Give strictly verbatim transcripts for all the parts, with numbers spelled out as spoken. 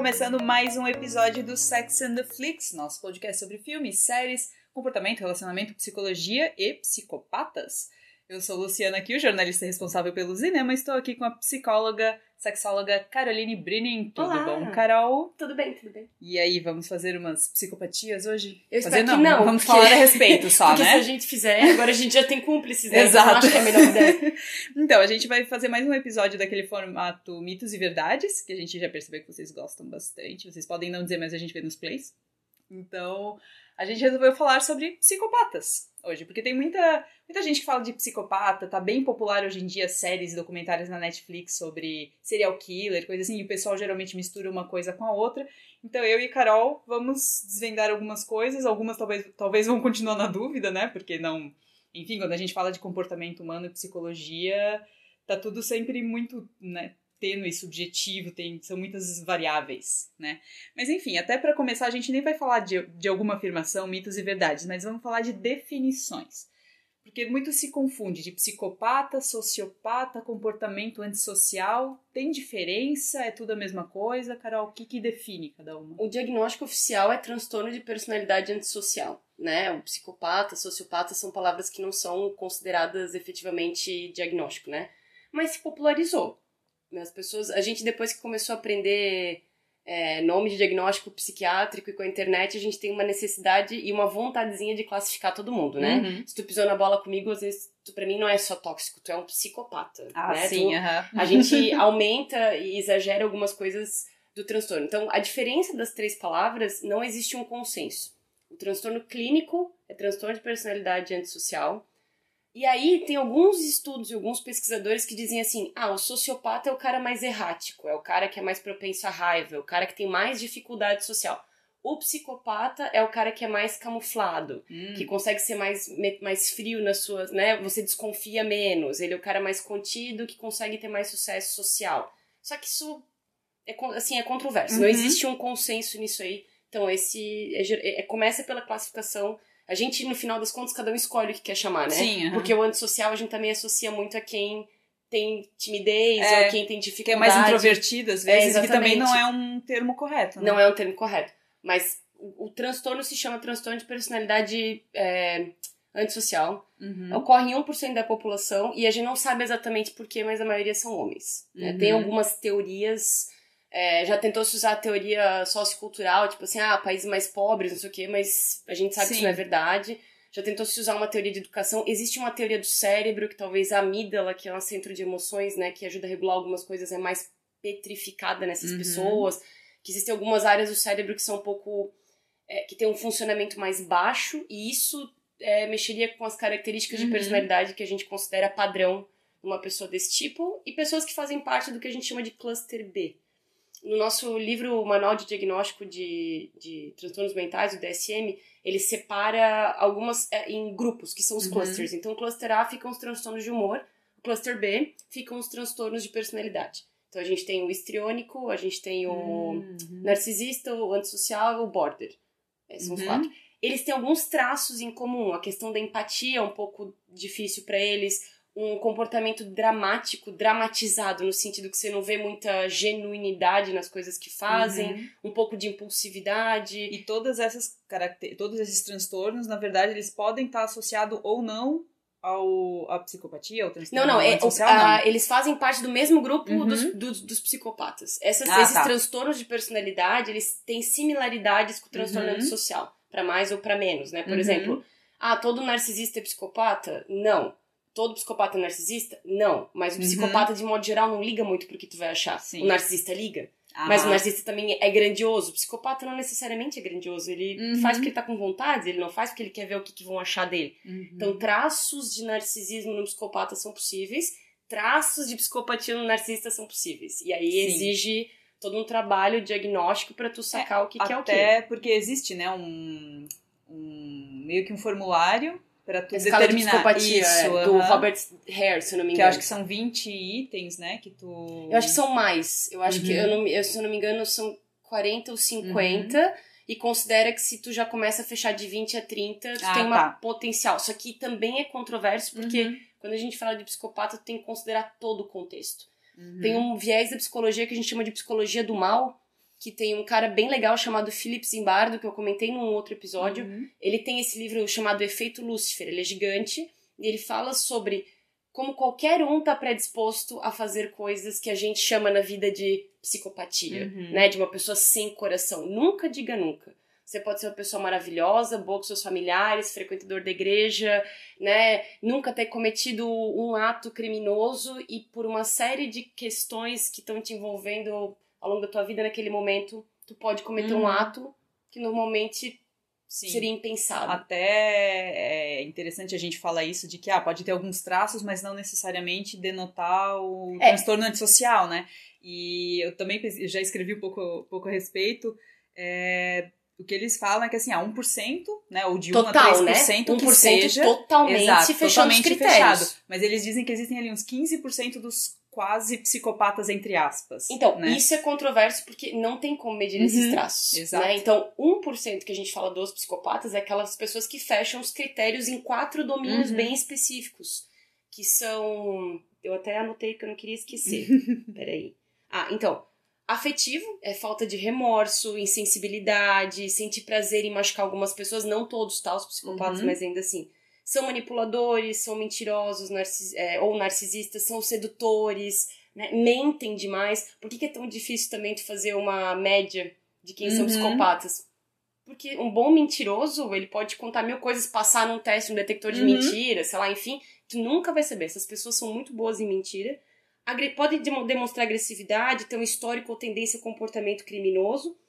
começando mais um episódio do Sex and the Flicks, nosso podcast sobre filmes, séries, comportamento, relacionamento, psicologia e psicopatas. Eu sou Luciana aqui, o jornalista responsável pelo cinema, estou aqui com a psicóloga, sexóloga Caroline Brenning. Tudo Olá. bom, Carol? Tudo bem, tudo bem. E aí, vamos fazer umas psicopatias hoje? Eu fazer, espero não, que não. Vamos porque... falar a respeito só, porque né? Porque se a gente fizer, agora a gente já tem cúmplices, né? Exato. Então eu acho que é a melhor ideia. Então, a gente vai fazer mais um episódio daquele formato Mitos e Verdades, que a gente já percebeu que vocês gostam bastante. Vocês podem não dizer, mas a gente vê nos plays. Então, a gente resolveu falar sobre psicopatas hoje, porque tem muita, muita gente que fala de psicopata, tá bem popular hoje em dia séries e documentários na Netflix sobre serial killer, coisa assim, e o pessoal geralmente mistura uma coisa com a outra. Então eu e Carol vamos desvendar algumas coisas, algumas talvez, talvez vão continuar na dúvida, né, porque não... Enfim, quando a gente fala de comportamento humano e psicologia, tá tudo sempre muito, né, tênue, subjetivo, tem, são muitas variáveis, né? Mas enfim, até para começar, a gente nem vai falar de, de alguma afirmação, mitos e verdades, mas vamos falar de definições. Porque muito se confunde de psicopata, sociopata, comportamento antissocial. Tem diferença? É tudo a mesma coisa? Carol, o que, que define cada uma? O diagnóstico oficial é transtorno de personalidade antissocial, né? O psicopata, sociopata são palavras que não são consideradas efetivamente diagnóstico, né? Mas se popularizou. As pessoas, a gente depois que começou a aprender é, nome de diagnóstico psiquiátrico e com a internet, a gente tem uma necessidade e uma vontadezinha de classificar todo mundo, né? Uhum. Se tu pisou na bola comigo, às vezes tu pra mim não é só tóxico, tu é um psicopata. Ah, né? sim, tu, aham. A gente aumenta e exagera algumas coisas do transtorno. Então, a diferença das três palavras, não existe um consenso. O transtorno clínico é transtorno de personalidade antissocial. E aí tem alguns estudos e alguns pesquisadores que dizem assim, ah, o sociopata é o cara mais errático, é o cara que é mais propenso à raiva, é o cara que tem mais dificuldade social. O psicopata é o cara que é mais camuflado, hum. que consegue ser mais, mais frio nas suas, né, você desconfia menos, ele é o cara mais contido, que consegue ter mais sucesso social. Só que isso é, assim, é controverso, uhum. Não existe um consenso nisso aí. Então esse é, é, começa pela classificação. A gente, no final das contas, cada um escolhe o que quer chamar, né? Sim, uhum. Porque o antissocial a gente também associa muito a quem tem timidez, é, ou a quem tem dificuldade. Que é mais introvertido, às vezes, é, que também não é um termo correto, né? Não é um termo correto. Mas o, o transtorno se chama transtorno de personalidade é, antissocial. Uhum. Ocorre em um por cento da população e a gente não sabe exatamente porquê, mas a maioria são homens. Uhum. Né? Tem algumas teorias... É, já tentou se usar a teoria sociocultural, tipo assim, ah, países mais pobres, não sei o quê, mas a gente sabe Sim. que isso não é verdade. Já tentou se usar uma teoria de educação. Existe uma teoria do cérebro, que talvez a amígdala, que é um centro de emoções, né, que ajuda a regular algumas coisas, é mais petrificada nessas uhum. pessoas. Que existem algumas áreas do cérebro que são um pouco... É, que tem um funcionamento mais baixo, e isso é, mexeria com as características uhum. de personalidade que a gente considera padrão numa pessoa desse tipo, e pessoas que fazem parte do que a gente chama de cluster B. No nosso livro Manual de Diagnóstico de, de Transtornos Mentais, o D S M, ele separa algumas é, em grupos, que são os uhum. clusters. Então, o cluster A ficam os transtornos de humor, o cluster B ficam os transtornos de personalidade. Então, a gente tem o histriônico, a gente tem o uhum. narcisista, o antissocial e o border. É, são uhum. os quatro. Eles têm alguns traços em comum. A questão da empatia é um pouco difícil para eles. Um comportamento dramático, dramatizado, no sentido que você não vê muita genuinidade nas coisas que fazem, uhum. um pouco de impulsividade. E todas essas caracter... todos esses transtornos, na verdade, eles podem estar associados ou não ao... à psicopatia, ao transtorno não, não, é, social, a, não. Eles fazem parte do mesmo grupo uhum. dos, dos, dos psicopatas. Essas, ah, esses tá. transtornos de personalidade, eles têm similaridades com o transtorno uhum. antissocial, para mais ou para menos, né? Por uhum. exemplo, ah, todo narcisista é psicopata? Não. Todo psicopata é narcisista? Não. Mas o psicopata, uhum. de modo geral, não liga muito pro que tu vai achar. Sim. O narcisista liga. Ah. Mas o narcisista também é grandioso. O psicopata não necessariamente é grandioso. Ele uhum. faz porque ele tá com vontade, ele não faz porque ele quer ver o que, que vão achar dele. Uhum. Então, traços de narcisismo no psicopata são possíveis. Traços de psicopatia no narcisista são possíveis. E aí Sim. exige todo um trabalho diagnóstico pra tu sacar é, o que, que é o quê. Até porque existe, né, um, um... meio que um formulário para tu Escala determinar de psicopatia, isso, é, do uh-huh. Robert Hare, se eu não me engano. Que eu acho que são vinte itens, né, que tu... Eu acho que são mais. Eu acho uhum. que, eu não, eu, se eu não me engano, são quarenta ou cinquenta. Uhum. E considera que se tu já começa a fechar de vinte a trinta, tu ah, tem uma tá. potencial. Só que também é controverso, porque uhum. quando a gente fala de psicopata, tu tem que considerar todo o contexto. Uhum. Tem um viés da psicologia que a gente chama de psicologia do mal, que tem um cara bem legal chamado Philip Zimbardo, que eu comentei num outro episódio. Uhum. Ele tem esse livro chamado Efeito Lúcifer, ele é gigante, e ele fala sobre como qualquer um está predisposto a fazer coisas que a gente chama na vida de psicopatia, uhum. né? De uma pessoa sem coração. Nunca diga nunca. Você pode ser uma pessoa maravilhosa, boa com seus familiares, frequentador da igreja, né? Nunca ter cometido um ato criminoso e por uma série de questões que estão te envolvendo ao longo da tua vida naquele momento, tu pode cometer uhum. um ato que normalmente Sim. seria impensado. Até é interessante a gente falar isso de que ah, pode ter alguns traços, mas não necessariamente denotar o é. transtorno antissocial, né? E eu também eu já escrevi um pouco, um pouco a respeito. É, o que eles falam é que assim, ah, um por cento, né, ou de Total, um a três por cento, né? um por cento que seja, totalmente exato, fechando totalmente os critérios. Fechado. Mas eles dizem que existem ali uns quinze por cento dos quase psicopatas, entre aspas. Então, né? isso é controverso porque não tem como medir uhum, esses traços. Exato. Né? Então, um por cento que a gente fala dos psicopatas é aquelas pessoas que fecham os critérios em quatro domínios uhum. bem específicos. Que são... Eu até anotei que eu não queria esquecer. Peraí. Ah, então... Afetivo é falta de remorso, insensibilidade, sentir prazer em machucar algumas pessoas. Não todos, tá? Os psicopatas, uhum. mas ainda assim... São manipuladores, são mentirosos narcis, é, ou narcisistas, são sedutores, né? Mentem demais. Por que, que é tão difícil também tu fazer uma média de quem uhum. são psicopatas? Porque um bom mentiroso, ele pode contar mil coisas, passar num teste, num detector de uhum. mentira, sei lá, enfim. Tu nunca vai saber. Essas pessoas são muito boas em mentira. Agre- pode demonstrar agressividade, ter um histórico ou tendência a comportamento criminoso.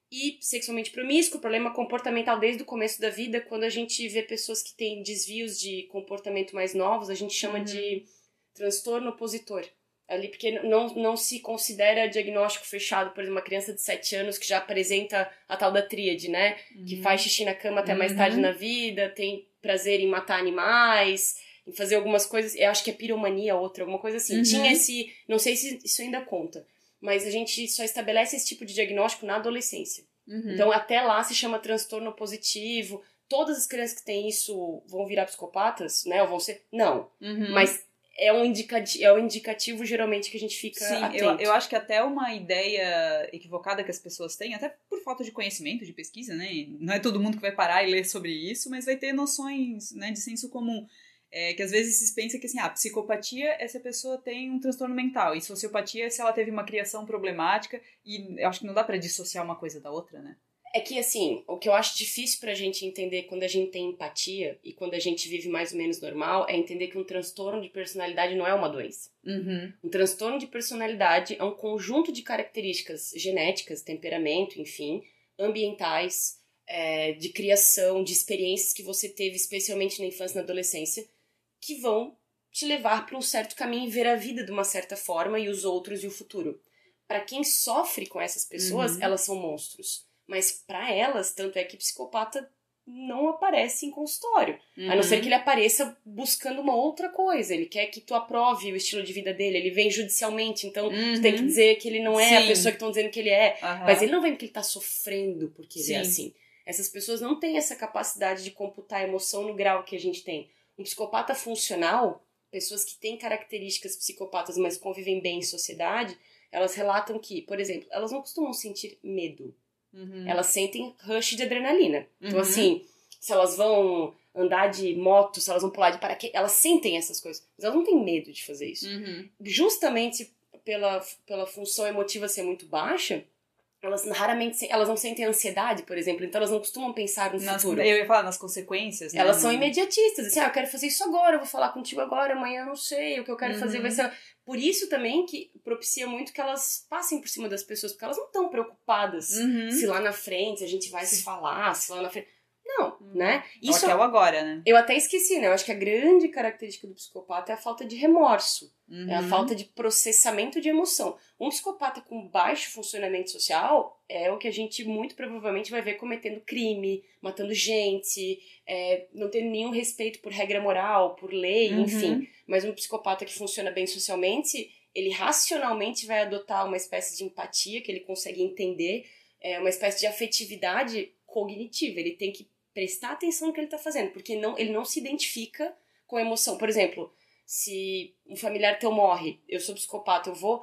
E sexualmente promíscuo, problema comportamental desde o começo da vida. Quando a gente vê pessoas que têm desvios de comportamento mais novos, a gente chama uhum. de transtorno opositor. Ali, porque não, não se considera diagnóstico fechado, por exemplo, uma criança de sete anos que já apresenta a tal da tríade, né? Uhum. Que faz xixi na cama até mais tarde uhum. na vida, tem prazer em matar animais, em fazer algumas coisas. Eu acho que é piromania outra, alguma coisa assim. Uhum. Tinha esse... Não sei se isso ainda conta. Mas a gente só estabelece esse tipo de diagnóstico na adolescência. Uhum. Então, até lá se chama transtorno positivo. Todas as crianças que têm isso vão virar psicopatas, né? Ou vão ser... Não. Uhum. Mas é um, indicati- é um indicativo, geralmente, que a gente fica Sim, atento. Eu, eu acho que até uma ideia equivocada que as pessoas têm, até por falta de conhecimento, de pesquisa, né? Não é todo mundo que vai parar e ler sobre isso, mas vai ter noções, né, de senso comum. É, que às vezes se pensa que assim, ah, psicopatia é se a pessoa tem um transtorno mental, e sociopatia é se ela teve uma criação problemática, e eu acho que não dá pra dissociar uma coisa da outra, né? É que, assim, o que eu acho difícil pra gente entender quando a gente tem empatia e quando a gente vive mais ou menos normal é entender que um transtorno de personalidade não é uma doença. Uhum. Um transtorno de personalidade é um conjunto de características genéticas, temperamento, enfim, ambientais, é, de criação, de experiências que você teve, especialmente na infância e na adolescência, que vão te levar para um certo caminho e ver a vida de uma certa forma e os outros e o futuro. Para quem sofre com essas pessoas, uhum. elas são monstros. Mas para elas, tanto é que psicopata não aparece em consultório. Uhum. A não ser que ele apareça buscando uma outra coisa. Ele quer que tu aprove o estilo de vida dele. Ele vem judicialmente, então uhum. tu tem que dizer que ele não é Sim. a pessoa que estão dizendo que ele é. Uhum. Mas ele não vem porque ele tá sofrendo porque Sim. ele é assim. Essas pessoas não têm essa capacidade de computar a emoção no grau que a gente tem. Um psicopata funcional, pessoas que têm características psicopatas, mas convivem bem em sociedade, elas relatam que, por exemplo, elas não costumam sentir medo. Uhum. Elas sentem rush de adrenalina. Então, uhum. assim, se elas vão andar de moto, se elas vão pular de paraquedas, elas sentem essas coisas. Mas elas não têm medo de fazer isso. Uhum. Justamente pela, pela função emotiva ser muito baixa, elas raramente, elas não sentem ansiedade, por exemplo, então elas não costumam pensar no nas, futuro. Eu ia falar nas consequências, né? Elas são imediatistas, assim, ah, eu quero fazer isso agora, eu vou falar contigo agora, amanhã eu não sei, o que eu quero uhum. fazer vai ser... Por isso também que propicia muito que elas passem por cima das pessoas, porque elas não estão preocupadas uhum. se lá na frente a gente vai se falar, se lá na frente... Não, uhum. né? Isso é o agora, né? Eu até esqueci, né? Eu acho que a grande característica do psicopata é a falta de remorso. Uhum. É a falta de processamento de emoção. Um psicopata com baixo funcionamento social é o que a gente muito provavelmente vai ver cometendo crime, matando gente, é, não tendo nenhum respeito por regra moral, por lei, uhum. enfim. Mas um psicopata que funciona bem socialmente, ele racionalmente vai adotar uma espécie de empatia que ele consegue entender, é, uma espécie de afetividade cognitiva. Ele tem que prestar atenção no que ele está fazendo, porque não, ele não se identifica com a emoção. Por exemplo, se um familiar teu morre, eu sou psicopata, eu vou...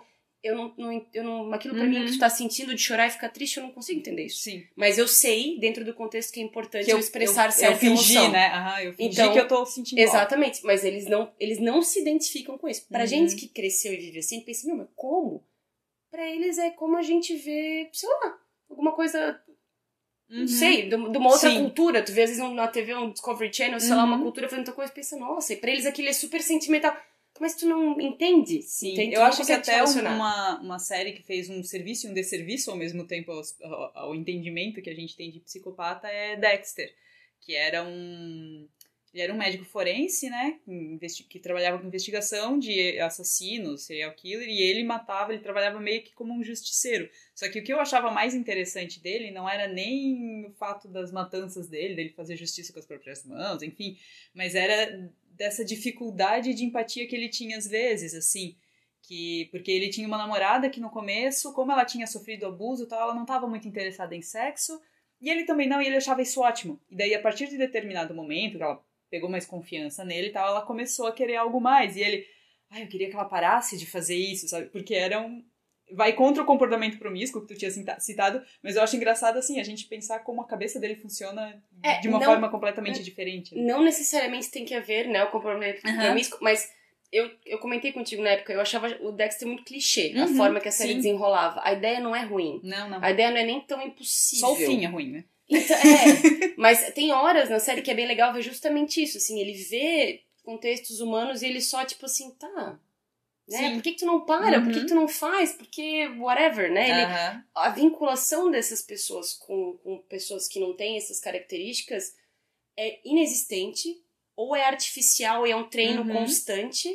eu não, não, eu não aquilo pra uhum. mim que tu tá sentindo de chorar e ficar triste, eu não consigo entender isso. Sim. Mas eu sei, dentro do contexto, que é importante que eu, eu expressar eu, certa eu fingi, emoção. né? Aham, eu fingi então, que eu tô sentindo exatamente, mal. Mas eles não, eles não se identificam com isso. Pra uhum. gente que cresceu e vive assim, pensa, meu, mas como? Pra eles é como a gente vê, sei lá, alguma coisa... Uhum. Não sei, de uma outra Sim. cultura. Tu vê às vezes na T V um Discovery Channel, sei uhum. lá, uma cultura fazendo outra coisa e pensa, nossa, e pra eles aquilo é super sentimental. Mas tu não entende? Sim, entende? eu acho que até uma, uma série que fez um serviço e um desserviço ao mesmo tempo ao, ao, ao entendimento que a gente tem de psicopata é Dexter, que era um... Ele era um médico forense, né, que trabalhava com investigação de assassinos, serial killer, e ele matava, ele trabalhava meio que como um justiceiro. Só que o que eu achava mais interessante dele não era nem o fato das matanças dele, dele fazer justiça com as próprias mãos, enfim, mas era dessa dificuldade de empatia que ele tinha às vezes, assim, que porque ele tinha uma namorada que no começo, como ela tinha sofrido abuso e tal, ela não estava muito interessada em sexo, e ele também não, e ele achava isso ótimo. E daí, a partir de determinado momento, que ela pegou mais confiança nele e tal, ela começou a querer algo mais. E ele, ai, eu queria que ela parasse de fazer isso, sabe? Porque era um... Vai contra o comportamento promíscuo que tu tinha citado, mas eu acho engraçado, assim, a gente pensar como a cabeça dele funciona é, de uma não, forma completamente diferente. Né? Não necessariamente tem que haver, né, o comportamento uhum. promíscuo, mas eu, eu comentei contigo na época, eu achava o Dexter muito clichê, uhum, a forma que a série sim. desenrolava. A ideia não é ruim. Não, não. A ideia não é nem tão impossível. Só o fim é ruim, né? Então, é, mas tem horas na série que é bem legal ver justamente isso, assim, ele vê contextos humanos e ele só, tipo assim, tá, né, por que que tu não para, uhum. por que que tu não faz, porque whatever, né, ele, uhum. a vinculação dessas pessoas com, com pessoas que não têm essas características é inexistente, ou é artificial e é um treino uhum. constante,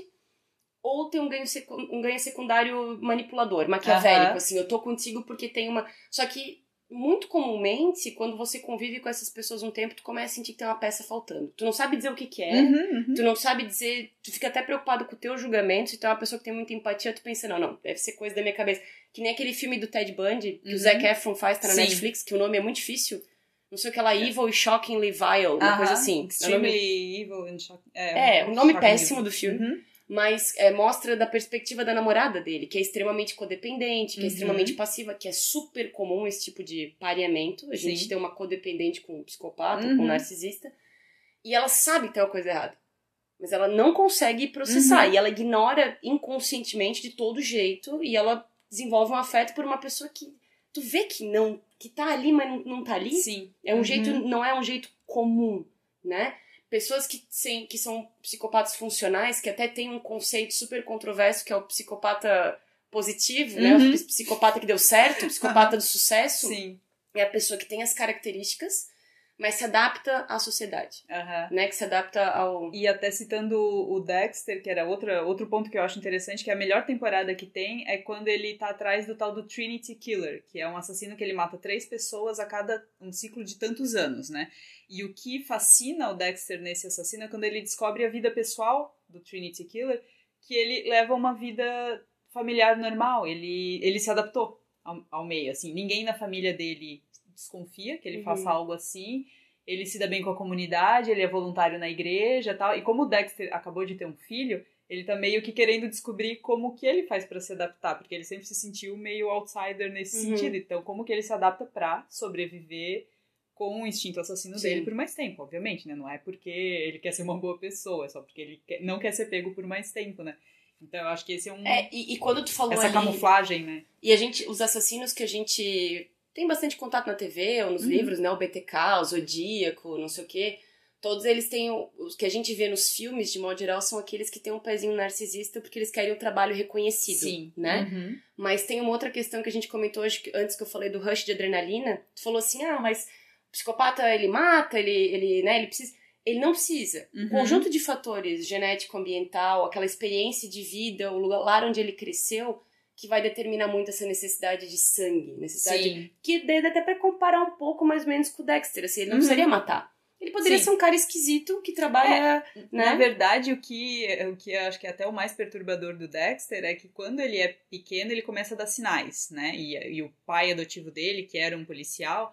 ou tem um ganho, secu- um ganho secundário manipulador, maquiavélico, uhum. assim, eu tô contigo porque tem uma, só que muito comumente, quando você convive com essas pessoas um tempo, tu começa a sentir que tem uma peça faltando. Tu não sabe dizer o que que é, uhum, uhum. tu não sabe dizer... Tu fica até preocupado com o teu julgamento. Se tu é uma pessoa que tem muita empatia, tu pensa, não, não, deve ser coisa da minha cabeça. Que nem aquele filme do Ted Bundy, que uhum. o Zac Efron faz, tá na Sim. Netflix, que o nome é muito difícil. Não sei o que lá, é. Evil e Shockingly Vile, uma uh-huh. coisa assim. Extremely nome... Evil and Shocking... É, é um nome péssimo do filme. Uhum. Mas é, mostra da perspectiva da namorada dele, que é extremamente codependente, que uhum. é extremamente passiva, que é super comum esse tipo de pareamento. A gente Sim. tem uma codependente com um psicopata, uhum. com um narcisista. E ela sabe que tem uma coisa errada. Mas ela não consegue processar. Uhum. E ela ignora inconscientemente de todo jeito. E ela desenvolve um afeto por uma pessoa que... Tu vê que não... Que tá ali, mas não, não tá ali. Sim. É um uhum. jeito... Não é um jeito comum, né? Pessoas que, sem, que são psicopatas funcionais, que até tem um conceito super controverso, que é o psicopata positivo, uhum. né? O psicopata que deu certo, o psicopata do sucesso. Sim. É a pessoa que tem as características, mas se adapta à sociedade. Uhum. Né? Que se adapta ao... E até citando o Dexter, que era outra, outro ponto que eu acho interessante, que a melhor temporada que tem é quando ele tá atrás do tal do Trinity Killer, que é um assassino que ele mata três pessoas a cada um ciclo de tantos anos, né? E o que fascina o Dexter nesse assassino é quando ele descobre a vida pessoal do Trinity Killer, que ele leva uma vida familiar normal, ele, ele se adaptou ao, ao meio, assim, ninguém na família dele desconfia que ele uhum. faça algo assim, ele se dá bem com a comunidade, ele é voluntário na igreja e tal, e como o Dexter acabou de ter um filho, ele tá meio que querendo descobrir como que ele faz pra se adaptar, porque ele sempre se sentiu meio outsider nesse uhum. sentido, então como que ele se adapta pra sobreviver com o instinto assassino Sim. dele por mais tempo, obviamente, né, não é porque ele quer ser uma boa pessoa, é só porque ele quer, não quer ser pego por mais tempo, né. Então eu acho que esse é um... É, e, e quando tu falou essa ali... camuflagem, né. E a gente, os assassinos que a gente... tem bastante contato na T V ou nos uhum. livros, né? O B T K, o Zodíaco, não sei o quê. Todos eles têm... O, os que a gente vê nos filmes, de modo geral, são aqueles que têm um pezinho narcisista porque eles querem um trabalho reconhecido, Sim. né? Uhum. Mas tem uma outra questão que a gente comentou hoje, antes que eu falei do rush de adrenalina. Tu falou assim, ah, mas o psicopata, ele mata, ele, ele, né, ele precisa... Ele não precisa. Uhum. O conjunto de fatores, genético, ambiental, aquela experiência de vida, o lugar onde ele cresceu... que vai determinar muito essa necessidade de sangue, necessidade Sim. que dá até pra comparar um pouco mais ou menos com o Dexter, assim, ele não uhum. precisaria matar. Ele poderia Sim. ser um cara esquisito que trabalha, é, né? Na verdade, o que, o que eu acho que é até o mais perturbador do Dexter é que quando ele é pequeno, ele começa a dar sinais, né? E, e o pai adotivo dele, que era um policial,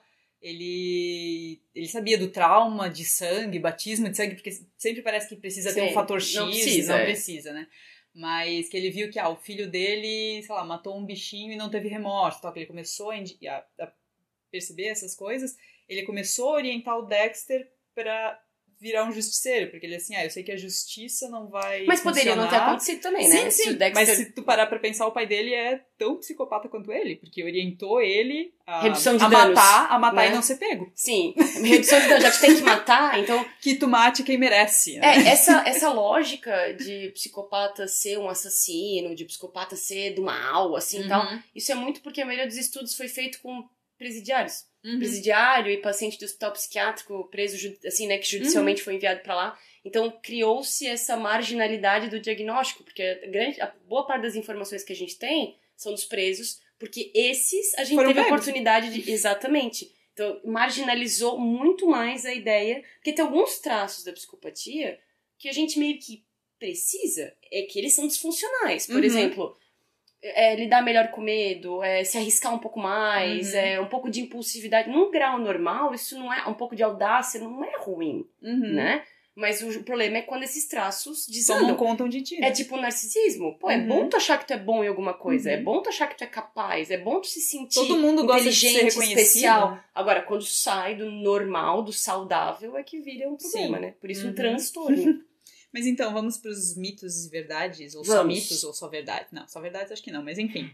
ele, ele sabia do trauma de sangue, batismo de sangue, porque sempre parece que precisa Sim. ter um fator X, não precisa, não é. precisa, né? mas que ele viu que ah, o filho dele, sei lá, matou um bichinho e não teve remorso, tal, que ele começou a, a, a perceber essas coisas, ele começou a orientar o Dexter pra virar um justiceiro, porque ele assim, ah, eu sei que a justiça não vai Mas poderia funcionar. não ter acontecido também, né? Sim, sim, se o Dexter... mas se tu parar pra pensar, o pai dele é tão psicopata quanto ele, porque orientou ele a, redução de a danos, matar, a matar né? e não ser pego. Sim, redução de danos, já que tem que matar, então... Que tu mate quem merece. Né? É, essa, essa lógica de psicopata ser um assassino, de psicopata ser do mal, assim, Uhum. tal, isso é muito porque a maioria dos estudos foi feito com presidiários. Uhum. Presidiário e paciente do hospital psiquiátrico preso, assim, né, que judicialmente uhum. foi enviado pra lá. Então, criou-se essa marginalidade do diagnóstico, porque a, grande, a boa parte das informações que a gente tem são dos presos, porque esses a gente Foram teve a pegos. oportunidade de... Exatamente. Então, marginalizou muito mais a ideia, porque tem alguns traços da psicopatia que a gente meio que precisa, é que eles são disfuncionais. Por uhum. exemplo... É, lidar melhor com medo, é, se arriscar um pouco mais, uhum. é, um pouco de impulsividade. Num grau normal, isso não é... Um pouco de audácia não é ruim, uhum. né? Mas o problema é quando esses traços desandam. Tomam conta de ti. Né? É tipo o narcisismo. Pô, é uhum. bom tu achar que tu é bom em alguma coisa. Uhum. É bom tu achar que tu é capaz. É bom tu se sentir Todo mundo gosta de ser inteligente, especial. reconhecido. Agora, quando sai do normal, do saudável, é que vira um problema, Sim. né? Por isso uhum. um transtorno. Mas então, vamos pros mitos e verdades? Ou vamos. só mitos, ou só verdade? Não, só verdades acho que não, mas enfim.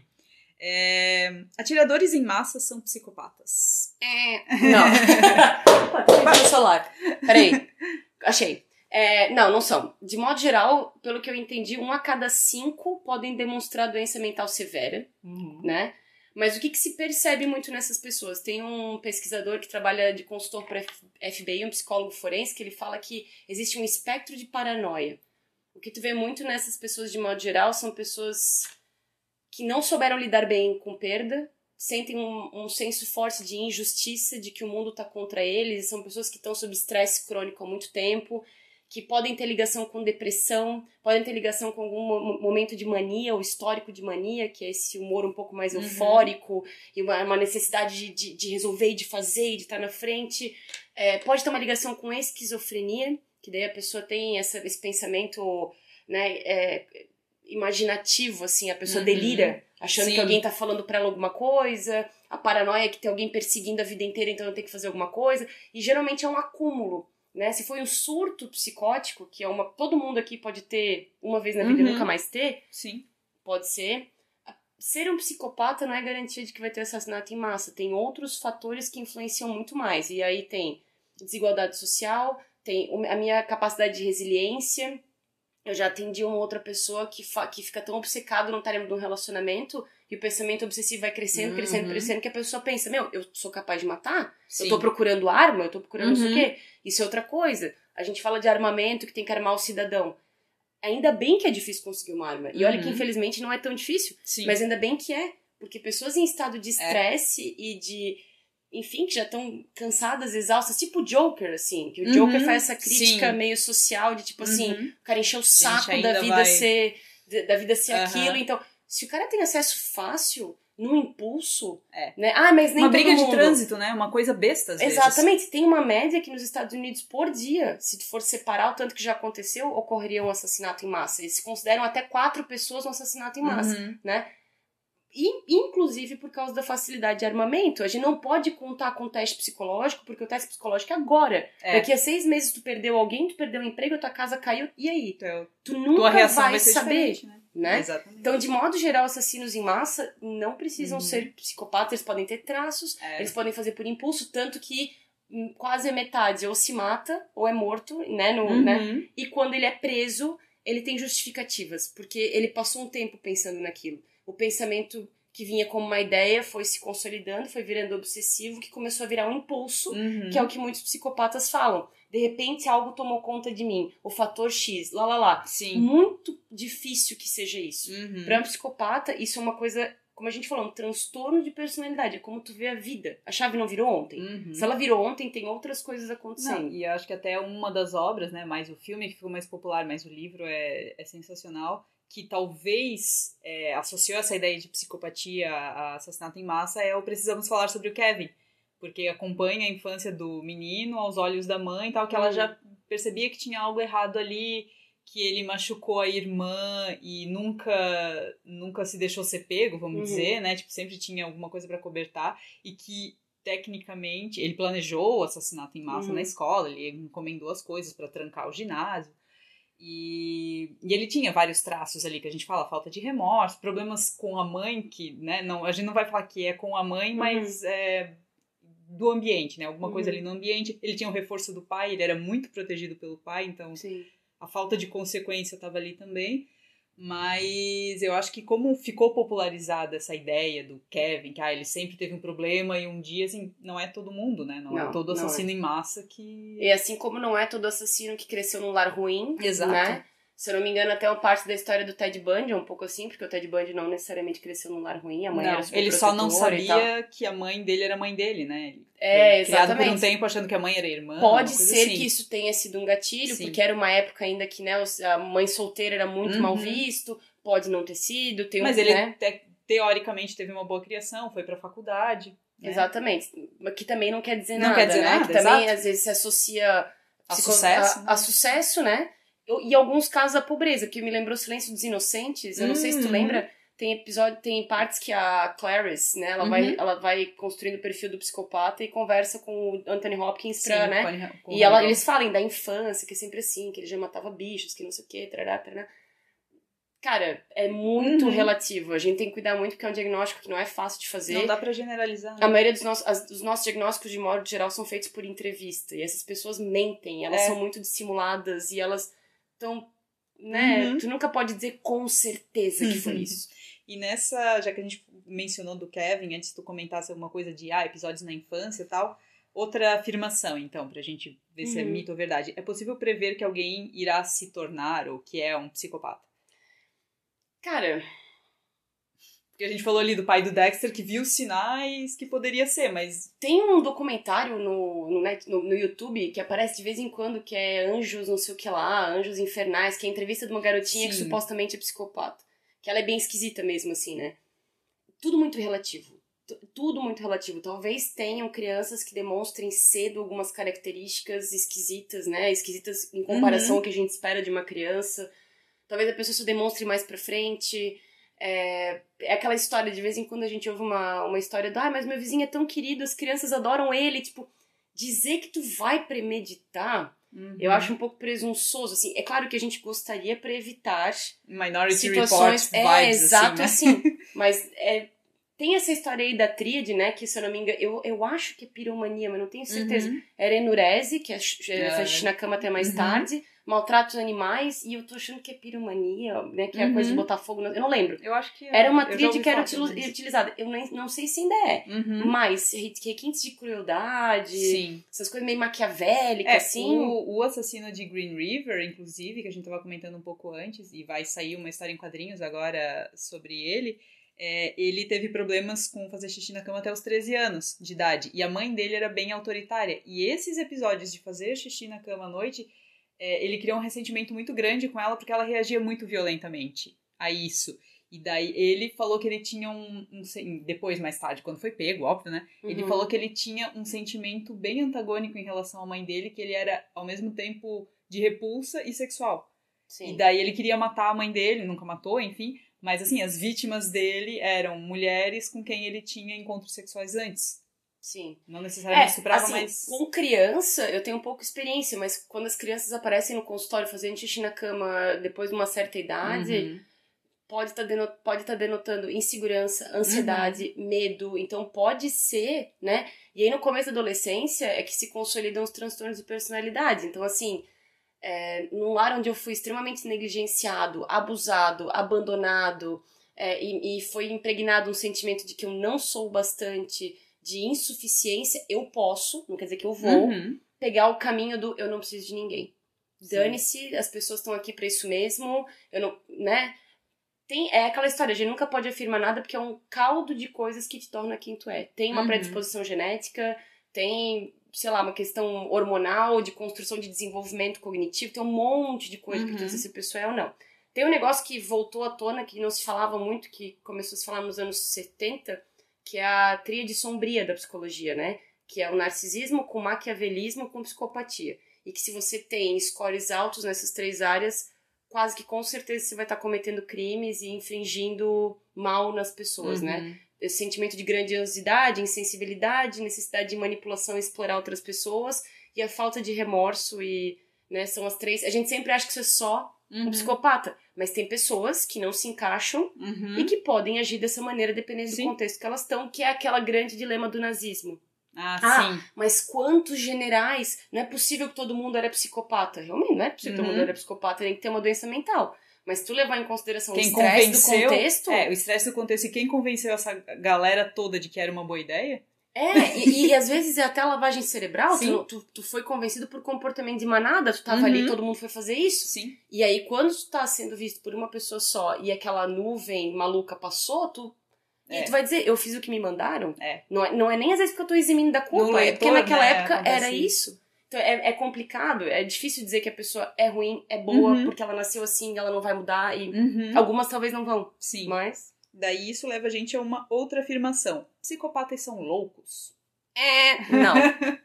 É... Atiradores em massa são psicopatas. É... Não. Vai no celular. Peraí. Achei. É, não, não são. De modo geral, pelo que eu entendi, um a cada cinco podem demonstrar doença mental severa, uhum. né? Mas o que, que se percebe muito nessas pessoas? Tem um pesquisador que trabalha de consultor para F B I, um psicólogo forense, que ele fala que existe um espectro de paranoia. O que tu vê muito nessas pessoas, de modo geral, são pessoas que não souberam lidar bem com perda, sentem um, um senso forte de injustiça, de que o mundo está contra eles, são pessoas que estão sob estresse crônico há muito tempo, que podem ter ligação com depressão, podem ter ligação com algum momento de mania, ou histórico de mania, que é esse humor um pouco mais eufórico, uhum. e uma, uma necessidade de, de, de resolver e de fazer e de estar na frente. É, pode ter uma ligação com esquizofrenia, que daí a pessoa tem essa, esse pensamento, né, é, imaginativo, assim, a pessoa uhum. delira, achando Sim. que alguém tá falando pra ela alguma coisa, a paranoia é que tem alguém perseguindo a vida inteira, então eu tenho que fazer alguma coisa, e geralmente é um acúmulo, né? Se foi um surto psicótico, que é uma... Todo mundo aqui pode ter uma vez na vida uhum. e nunca mais ter, Sim. pode ser. Ser um psicopata não é garantia de que vai ter assassinato em massa, tem outros fatores que influenciam muito mais, e aí tem desigualdade social, tem a minha capacidade de resiliência. Eu já atendi uma outra pessoa que, fa- que fica tão obcecado não estar de um relacionamento e o pensamento obsessivo vai crescendo, uhum. crescendo, crescendo, que a pessoa pensa, meu, eu sou capaz de matar? Sim. Eu tô procurando arma? Eu tô procurando uhum. não sei o quê? Isso é outra coisa. A gente fala de armamento, que tem que armar o cidadão. Ainda bem que é difícil conseguir uma arma. E olha uhum. que, infelizmente, não é tão difícil. Sim. Mas ainda bem que é. Porque pessoas em estado de estresse é. e de... Enfim, que já estão cansadas, exaustas, tipo o Joker, assim, que o uhum, Joker faz essa crítica sim. meio social de tipo uhum. assim, o cara encheu o saco da vida, vai... ser, da vida ser uhum. aquilo, então, se o cara tem acesso fácil, num impulso, é. né? Ah, mas nem uma briga mundo. de trânsito, né? Uma coisa besta, às Exatamente, vezes. tem uma média que nos Estados Unidos, por dia, se tu for separar o tanto que já aconteceu, ocorreria um assassinato em massa. Eles consideram até quatro pessoas um assassinato em massa, uhum. né? E, inclusive por causa da facilidade de armamento. A gente não pode contar com o teste psicológico, porque o teste psicológico é agora. É. Daqui a seis meses tu perdeu alguém, tu perdeu o emprego, tua casa caiu, e aí? Então, tu nunca vai, vai saber, né? né? Exatamente. Então, de modo geral, assassinos em massa não precisam uhum. ser psicopatas, eles podem ter traços, é. eles podem fazer por impulso, tanto que quase a metade ou se mata, ou é morto, né? No, uhum. né? E quando ele é preso, ele tem justificativas, porque ele passou um tempo pensando naquilo. O pensamento que vinha como uma ideia foi se consolidando, foi virando obsessivo, que começou a virar um impulso, uhum. que é o que muitos psicopatas falam. De repente, algo tomou conta de mim. O fator X, lá, lá, lá. Sim. Muito difícil que seja isso. Uhum. Para um psicopata, isso é uma coisa, como a gente falou, um transtorno de personalidade. É como tu vê a vida. A chave não virou ontem. Uhum. Se ela virou ontem, tem outras coisas acontecendo. Não, e eu acho que até uma das obras, né, mais o filme que ficou mais popular, mas o livro é, é sensacional, que talvez é, associou essa ideia de psicopatia a assassinato em massa, é o Precisamos Falar sobre o Kevin, porque acompanha a infância do menino aos olhos da mãe e tal, que hum. ela já percebia que tinha algo errado ali, que ele machucou a irmã e nunca, nunca se deixou ser pego, vamos uhum. dizer, né? Tipo, sempre tinha alguma coisa pra cobertar. E que, tecnicamente, ele planejou o assassinato em massa uhum. na escola, ele encomendou as coisas pra trancar o ginásio. E, e ele tinha vários traços ali que a gente fala, falta de remorso, problemas com a mãe, que, né, não, a gente não vai falar que é com a mãe, uhum. mas é do ambiente, né, alguma uhum. coisa ali no ambiente. Ele tinha o reforço do pai, ele era muito protegido pelo pai, então Sim. a falta de consequência estava ali também. Mas eu acho que como ficou popularizada essa ideia do Kevin, que ah, ele sempre teve um problema e um dia, assim, não é todo mundo, né? Não, não é todo assassino é. em massa que... E assim como não é todo assassino que cresceu num lar ruim, Exato. né? Se eu não me engano, até uma parte da história do Ted Bundy é um pouco assim, porque o Ted Bundy não necessariamente cresceu num lar ruim, a mãe não, era super ele só não sabia que a mãe dele era a mãe dele, né? Ele é, exatamente. Criado por um tempo achando que a mãe era irmã. Pode ser assim. que isso tenha sido um gatilho, Sim. porque era uma época ainda que, né, a mãe solteira era muito uhum. mal visto, pode não ter sido, tem Mas um, ele né? te, teoricamente teve uma boa criação, foi pra faculdade. Né? Exatamente. Que também não quer dizer não nada, quer dizer né? nada, que também exato. às vezes se associa a sucesso, a, né? a sucesso, né? E alguns casos a pobreza, que me lembrou Silêncio dos Inocentes. Eu não uhum. sei se tu lembra, tem episódio, tem partes que a Clarice, né, ela, uhum. vai, ela vai construindo o perfil do psicopata e conversa com o Anthony Hopkins pra, Sim, né? Com, com e ela, eles falam da infância, que é sempre assim, que ele já matava bichos, que não sei o que, tarará, tarará. Cara, é muito uhum. relativo. A gente tem que cuidar muito porque é um diagnóstico que não é fácil de fazer. Não dá pra generalizar. Né? A maioria dos nossos, as, dos nossos diagnósticos, de modo geral, são feitos por entrevista. E essas pessoas mentem, elas é. são muito dissimuladas e elas estão, né? Uhum. Tu nunca pode dizer com certeza que foi isso. E nessa, já que a gente mencionou do Kevin, antes de tu comentasse alguma coisa de ah, episódios na infância e tal, outra afirmação, então, pra gente ver uhum. se é mito ou verdade. É possível prever que alguém irá se tornar ou que é um psicopata? Cara... Porque a gente falou ali do pai do Dexter que viu sinais que poderia ser, mas... Tem um documentário no, no, net, no, no YouTube que aparece de vez em quando, que é Anjos não sei o que lá, Anjos Infernais, que é a entrevista de uma garotinha Sim. que supostamente é psicopata. Que ela é bem esquisita mesmo, assim, né? Tudo muito relativo. T- tudo muito relativo. Talvez tenham crianças que demonstrem cedo algumas características esquisitas, né? Esquisitas em comparação uhum. ao que a gente espera de uma criança. Talvez a pessoa se demonstre mais pra frente... É, é aquela história, de vez em quando a gente ouve uma, uma história do ah, mas meu vizinho é tão querido, as crianças adoram ele, tipo, dizer que tu vai premeditar, uhum. eu acho um pouco presunçoso, assim, é claro que a gente gostaria pra evitar Minority situações, Report é, vibes, exato, assim, né? assim, mas é, tem essa história aí da tríade, né, que se eu não me engano, eu, eu acho que é piromania, mas não tenho certeza, uhum. era enurese, que é, é. faz xixi na cama até mais uhum. tarde, maltrato dos animais, e eu tô achando que é piromania, né, que é a uhum. coisa de botar fogo, no... eu não lembro. Eu acho que é. Era uma tríade que era util... utilizada, eu nem, não sei se ainda é, uhum. mas requintes de crueldade, Sim. essas coisas meio maquiavélicas, é, assim. O, o assassino de Green River, inclusive, que a gente tava comentando um pouco antes, e vai sair uma história em quadrinhos agora sobre ele, é, ele teve problemas com fazer xixi na cama até os treze anos de idade, e a mãe dele era bem autoritária, e esses episódios de fazer xixi na cama à noite... É, ele criou um ressentimento muito grande com ela porque ela reagia muito violentamente a isso. E daí ele falou que ele tinha um... um depois, mais tarde, quando foi pego, óbvio, né? Uhum. Ele falou que ele tinha um sentimento bem antagônico em relação à mãe dele, que ele era, ao mesmo tempo, de repulsa e sexual. Sim. E daí ele queria matar a mãe dele, nunca matou, enfim. Mas, assim, as vítimas dele eram mulheres com quem ele tinha encontros sexuais antes. Sim. Não necessariamente é, estuprava, assim, mas... Com criança, eu tenho um pouco de experiência, mas quando as crianças aparecem no consultório fazendo xixi na cama depois de uma certa idade, uhum. pode estar tá denot- pode tá denotando insegurança, ansiedade, uhum. medo. Então pode ser, né? E aí no começo da adolescência é que se consolidam os transtornos de personalidade. Então, assim, é, num lar onde eu fui extremamente negligenciado, abusado, abandonado, é, e, e foi impregnado um sentimento de que eu não sou o bastante... de insuficiência, eu posso, não quer dizer que eu vou, uhum. pegar o caminho do eu não preciso de ninguém. Sim. Dane-se, as pessoas estão aqui pra isso mesmo, eu não, né? Tem, é aquela história, a gente nunca pode afirmar nada porque é um caldo de coisas que te torna quem tu é. Tem uma uhum. predisposição genética, tem, sei lá, uma questão hormonal, de construção de desenvolvimento cognitivo, tem um monte de coisa uhum. pra tu dizer se a pessoa é ou não. Tem um negócio que voltou à tona, que não se falava muito, que começou a se falar nos anos setenta, que é a tríade sombria da psicologia, né? Que é o narcisismo com maquiavelismo com psicopatia. E que se você tem scores altos nessas três áreas, quase que com certeza você vai estar cometendo crimes e infringindo mal nas pessoas, uhum. né? Esse sentimento de grandiosidade, insensibilidade, necessidade de manipulação e explorar outras pessoas e a falta de remorso e, né, são as três... A gente sempre acha que isso é só uhum. um psicopata, mas tem pessoas que não se encaixam uhum. e que podem agir dessa maneira dependendo Sim. do contexto que elas estão, que é aquela grande dilema do nazismo. Ah, ah, sim. Mas quantos generais... Não é possível que todo mundo era psicopata. Realmente, não é possível que uhum. todo mundo era psicopata, tem que ter uma doença mental. Mas se tu levar em consideração quem o estresse do contexto... É, o estresse do contexto. E quem convenceu essa galera toda de que era uma boa ideia? É, e, e às vezes é até lavagem cerebral. Tu, tu, tu foi convencido por comportamento de manada, tu tava uhum. ali, todo mundo foi fazer isso. Sim. E aí, quando tu tá sendo visto por uma pessoa só e aquela nuvem maluca passou, tu... É. E tu vai dizer, eu fiz o que me mandaram? É. Não, é, não é nem às vezes porque eu tô eximindo da culpa, no é leitor, porque naquela né, época era isso. Então é, é complicado, é difícil dizer que a pessoa é ruim, é boa, uhum. porque ela nasceu assim, ela não vai mudar, e uhum. algumas talvez não vão. Sim. Mas... Daí isso leva a gente a uma outra afirmação. Psicopatas são loucos? É, não.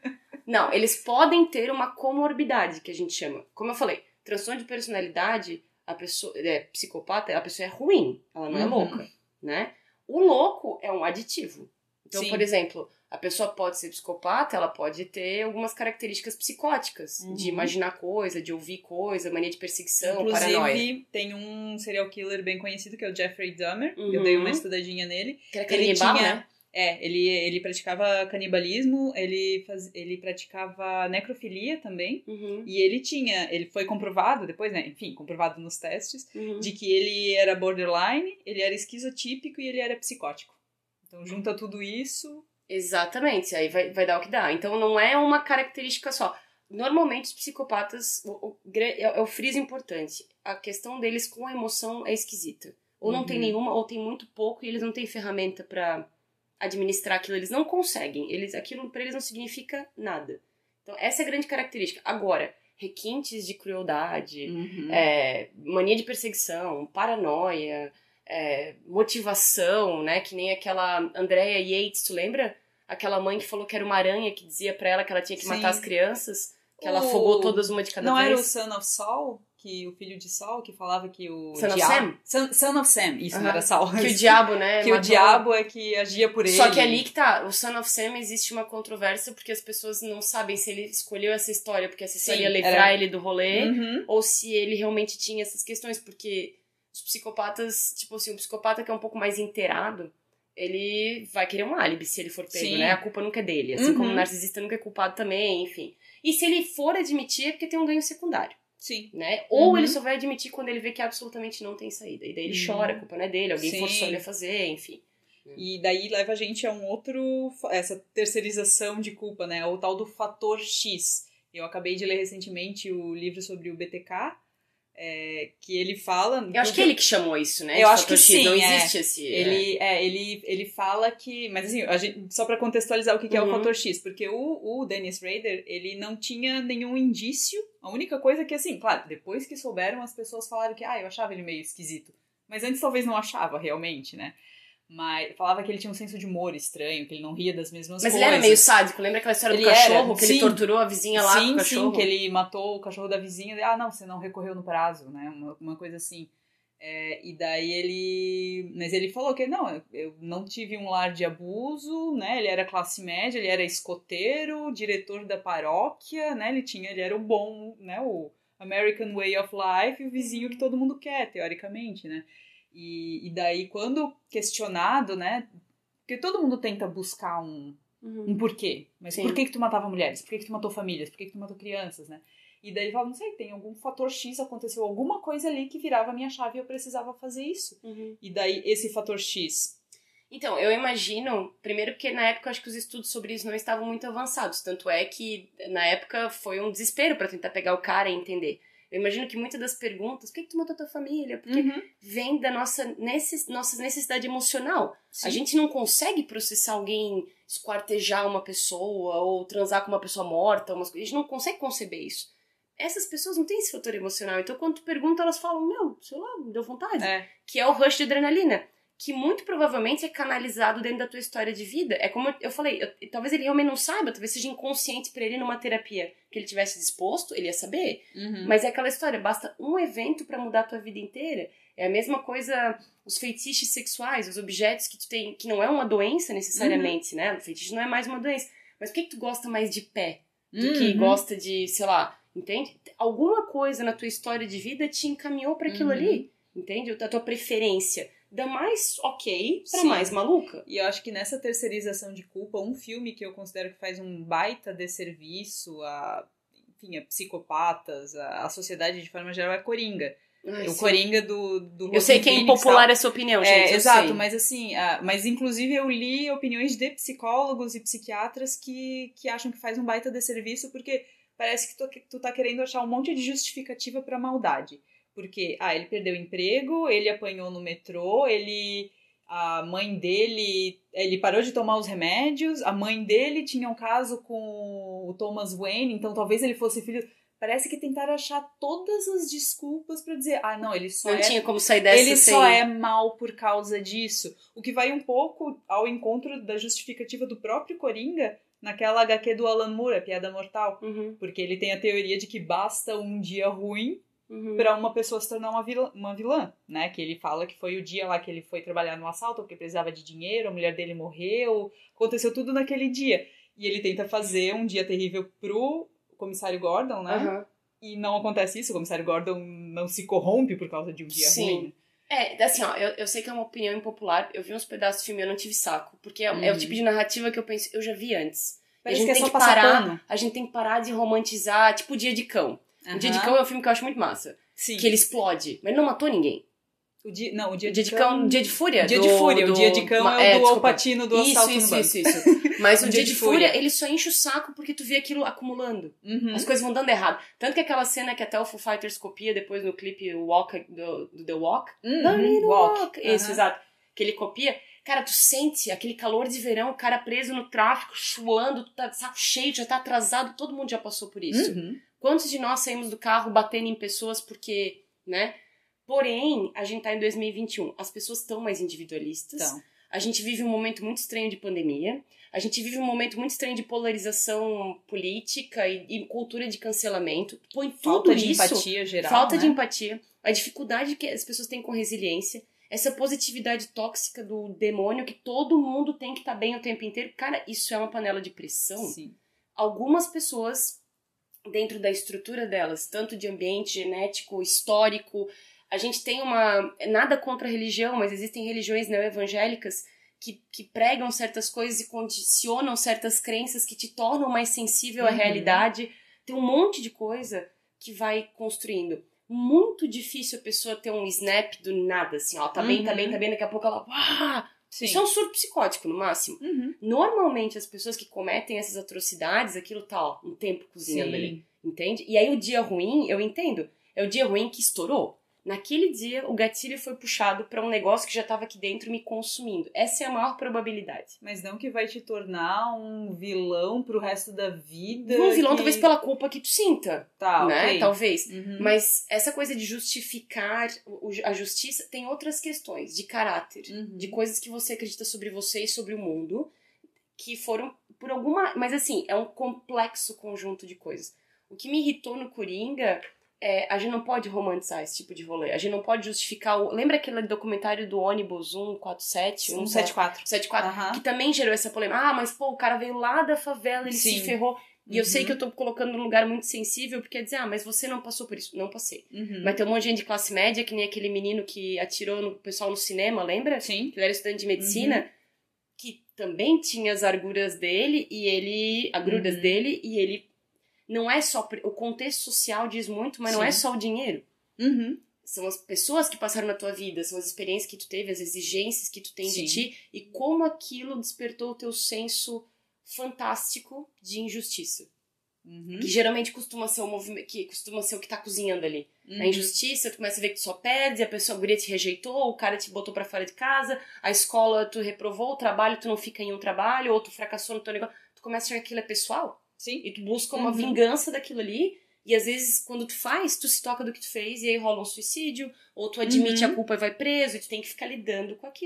Não, eles podem ter uma comorbidade, que a gente chama. Como eu falei, transtorno de personalidade, a pessoa é psicopata, a pessoa é ruim, ela não uhum. é louca, né? O louco é um aditivo. Então, Sim. por exemplo, a pessoa pode ser psicopata, ela pode ter algumas características psicóticas, uhum. de imaginar coisa, de ouvir coisa, mania de perseguição, Inclusive, paranoia. Inclusive, tem um serial killer bem conhecido, que é o Jeffrey Dahmer. Uhum. Eu dei uma estudadinha nele. Que era canibal, tinha... né? É, ele, ele praticava canibalismo, ele, faz, ele praticava necrofilia também, uhum. e ele tinha, ele foi comprovado depois, né, enfim, comprovado nos testes, uhum. de que ele era borderline, ele era esquizotípico e ele era psicótico. Então junta tudo isso... Exatamente, aí vai, vai dar o que dá. Então não é uma característica só. Normalmente os psicopatas, o, o, é, é o friso importante, a questão deles com a emoção é esquisita. Ou não uhum. tem nenhuma, ou tem muito pouco e eles não têm ferramenta pra... administrar aquilo, eles não conseguem. Eles, aquilo pra eles não significa nada. Então, essa é a grande característica. Agora, requintes de crueldade, uhum. é, mania de perseguição, paranoia, é, motivação, né? Que nem aquela Andrea Yates, tu lembra? Aquela mãe que falou que era uma aranha que dizia pra ela que ela tinha que Sim. matar as crianças, que ela o... afogou todas uma de cada não vez. Não era o Son of Saul? Que o filho de Saul, que falava que o Son diabo... of Sam? Son, Son of Sam, isso, uhum. não era Saul. Que o diabo, né? Que matou... o diabo é que agia por ele. Só que ali que tá, o Son of Sam existe uma controvérsia porque as pessoas não sabem se ele escolheu essa história porque essa história Sim, ia livrar era... ele do rolê, uhum. ou se ele realmente tinha essas questões, porque os psicopatas, tipo assim, o psicopata que é um pouco mais inteirado, ele vai querer um álibi se ele for pego, Sim. né? A culpa nunca é dele, assim uhum. como o narcisista nunca é culpado também, enfim. E se ele for admitir é porque tem um ganho secundário. Sim. Né? Ou uhum. ele só vai admitir quando ele vê que absolutamente não tem saída. E daí ele uhum. chora, a culpa não é dele, alguém Sim. forçou ele a fazer, enfim. E daí leva a gente a um outro... Essa terceirização de culpa, né? O tal do fator X. Eu acabei de ler recentemente o livro sobre o B T K, é, que ele fala... Eu acho que é ele que chamou isso, né? Eu acho que X. sim, Não é. existe esse... Ele, é. É, ele, ele fala que... Mas assim, a gente, só pra contextualizar o que, que uhum. é o fator X, porque o, o Dennis Rader, ele não tinha nenhum indício. A única coisa que, assim, claro, depois que souberam, as pessoas falaram que, ah, eu achava ele meio esquisito. Mas antes talvez não achava, realmente, né? Mas falava que ele tinha um senso de humor estranho, que ele não ria das mesmas Mas coisas. Mas ele era meio sádico, lembra aquela história ele do cachorro? Era, que sim, ele torturou a vizinha lá sim, com o cachorro? Sim, que ele matou o cachorro da vizinha. Ah, não, você não recorreu no prazo, né? Uma, uma coisa assim. É, e daí ele... Mas ele falou que, não, eu não tive um lar de abuso, né? Ele era classe média, ele era escoteiro, diretor da paróquia, né? Ele tinha, ele era o bom, né? O American Way of Life, e o vizinho que todo mundo quer, teoricamente, né? E, e daí, quando questionado, né? Porque todo mundo tenta buscar um, uhum. um porquê. Mas Sim. por que que tu matava mulheres? Por que que tu matou famílias? Por que que tu matou crianças, né? E daí ele fala, não sei, tem algum fator X, aconteceu alguma coisa ali que virava a minha chave e eu precisava fazer isso. Uhum. E daí, esse fator X... Então, eu imagino, primeiro porque na época eu acho que os estudos sobre isso não estavam muito avançados. Tanto é que, na época, foi um desespero pra tentar pegar o cara e entender. Eu imagino que muitas das perguntas, por que, que tu matou tua família? Porque uhum. vem da nossa, necess, nossa necessidade emocional. Sim. A gente não consegue processar alguém, esquartejar uma pessoa, ou transar com uma pessoa morta, umas, a gente não consegue conceber isso. Essas pessoas não têm esse fator emocional. Então, quando tu pergunta, elas falam, meu, sei lá, me deu vontade. É. Que é o rush de adrenalina. que muito provavelmente é canalizado dentro da tua história de vida. É como eu falei, eu, talvez ele realmente não saiba, talvez seja inconsciente pra ele numa terapia que ele tivesse disposto, ele ia saber. Uhum. Mas é aquela história, basta um evento pra mudar a tua vida inteira. É a mesma coisa, os feitiços sexuais, os objetos que tu tem, que não é uma doença necessariamente, uhum. né? O feitiço não é mais uma doença. Mas por que, que tu gosta mais de pé do uhum. que gosta de, sei lá, entende? Alguma coisa na tua história de vida te encaminhou pra aquilo uhum. ali, entende? A tua preferência. Da mais ok pra Sim. mais maluca. E eu acho que nessa terceirização de culpa, um filme que eu considero que faz um baita desserviço a, enfim, a psicopatas, a, a sociedade de forma geral, é Coringa. Ai, o sim. Coringa do, do Eu sei que é impopular essa opinião, gente. É, exato, sei. mas assim, a, mas inclusive eu li opiniões de psicólogos e psiquiatras que, que acham que faz um baita desserviço, porque parece que tu, que tu tá querendo achar um monte de justificativa pra maldade. Porque, ah, ele perdeu o emprego, ele apanhou no metrô, ele... A mãe dele... Ele parou de tomar os remédios, a mãe dele tinha um caso com o Thomas Wayne, então talvez ele fosse filho... Parece que tentaram achar todas as desculpas pra dizer, ah, não, ele só não é... tinha como sair dessa Ele sem... só é mal por causa disso. O que vai um pouco ao encontro da justificativa do próprio Coringa naquela agá quê do Alan Moore, a Piada Mortal. Uhum. Porque ele tem a teoria de que basta um dia ruim Uhum. pra uma pessoa se tornar uma vilã, uma vilã, né? Que ele fala que foi o dia lá que ele foi trabalhar no assalto porque precisava de dinheiro, a mulher dele morreu, aconteceu tudo naquele dia. E ele tenta fazer um dia terrível pro comissário Gordon, né? Uhum. E não acontece isso, o comissário Gordon não se corrompe por causa de um dia Sim. ruim. É, assim, ó, eu, eu sei que é uma opinião impopular, eu vi uns pedaços do filme e eu não tive saco, porque é, Uhum. é o tipo de narrativa que eu penso, eu já vi antes. Parece a gente que é tem só que passar parar, pano. a gente tem que parar de romantizar, tipo, o Dia de Cão. Uhum. O Dia de Cão é um filme que eu acho muito massa. Sim. Que ele explode, mas ele não matou ninguém. O dia, não, o Dia, o dia de, de Cão... Cão... O Dia de Fúria. O Dia do, de Fúria. Do, o Dia de Cão ma, é o é, do Al Pacino do isso, assalto isso, no banco. Isso, isso, isso. Mas o, o Dia, dia de Fúria, Fúria, ele só enche o saco porque tu vê aquilo acumulando. Uhum. As coisas vão dando errado. Tanto que aquela cena que até o Foo Fighters copia depois no clipe Walk, do, do The Walk. Uhum. Walk. Walk. Isso, uhum. exato. Que ele copia. Cara, tu sente aquele calor de verão, o cara preso no tráfico, suando, tu tá de saco cheio, já tá atrasado, todo mundo já passou por isso. Uhum. Quantos de nós saímos do carro batendo em pessoas porque, né? Porém, a gente tá em dois mil e vinte e um, as pessoas estão mais individualistas, então. A gente vive um momento muito estranho de pandemia, a gente vive um momento muito estranho de polarização política e, e cultura de cancelamento, põe tudo falta isso... Falta de empatia geral, Falta né? de empatia, a dificuldade que as pessoas têm com resiliência, essa positividade tóxica do demônio que todo mundo tem que estar tá bem o tempo inteiro. Cara, isso é uma panela de pressão. Sim. Algumas pessoas, dentro da estrutura delas, tanto de ambiente genético, histórico... A gente tem uma... Nada contra a religião, mas existem religiões neo-evangélicas que, que pregam certas coisas e condicionam certas crenças que te tornam mais sensível à uhum. realidade. Tem um monte de coisa que vai construindo. Muito difícil a pessoa ter um snap do nada, assim, ó, tá bem, uhum. tá bem, tá bem, daqui a pouco ela... Ah! Isso é um surto psicótico, no máximo. Uhum. Normalmente, as pessoas que cometem essas atrocidades, aquilo tá, ó, um tempo cozinhando Sim. ali, entende? E aí o dia ruim, eu entendo, é o dia ruim que estourou. Naquele dia, o gatilho foi puxado pra um negócio que já tava aqui dentro me consumindo. Essa é a maior probabilidade. Mas não que vai te tornar um vilão pro resto da vida. Um vilão, que... talvez pela culpa que tu sinta. Tá, né? ok. Talvez. Uhum. Mas essa coisa de justificar a justiça tem outras questões de caráter. Uhum. De coisas que você acredita sobre você e sobre o mundo. Que foram por alguma... Mas assim, é um complexo conjunto de coisas. O que me irritou no Coringa... É, a gente não pode romantizar esse tipo de rolê. A gente não pode justificar... O... Lembra aquele documentário do ônibus cento e quarenta e sete? cento e setenta e quatro. cento e setenta e quatro, uhum. que também gerou essa polêmica. Ah, mas pô, o cara veio lá da favela, ele Sim. se ferrou. E uhum. eu sei que eu tô colocando num lugar muito sensível, porque é dizer, ah, mas você não passou por isso. Não passei. Uhum. Mas tem um monte de gente de classe média, que nem aquele menino que atirou no pessoal no cinema, lembra? Sim. Que ele era estudante de medicina, uhum. que também tinha as arguras dele, e ele... agruras uhum. dele, e ele... Não é só... O contexto social diz muito, mas Sim. não é só o dinheiro. Uhum. São as pessoas que passaram na tua vida, são as experiências que tu teve, as exigências que tu tem Sim. de ti, e como aquilo despertou o teu senso fantástico de injustiça. Uhum. Que geralmente costuma ser o movimento, que costuma ser o que tá cozinhando ali. Uhum. A injustiça, tu começa a ver que tu só perde, a pessoa, a guria te rejeitou, o cara te botou pra fora de casa, a escola tu reprovou, o trabalho tu não fica em um trabalho, ou tu fracassou no teu negócio. Tu começa a achar que aquilo é pessoal. Sim. E tu busca uma uhum. vingança daquilo ali, e às vezes quando tu faz, tu se toca do que tu fez, e aí rola um suicídio, ou tu admite uhum. a culpa e vai preso, e tu tem que ficar lidando com aquilo.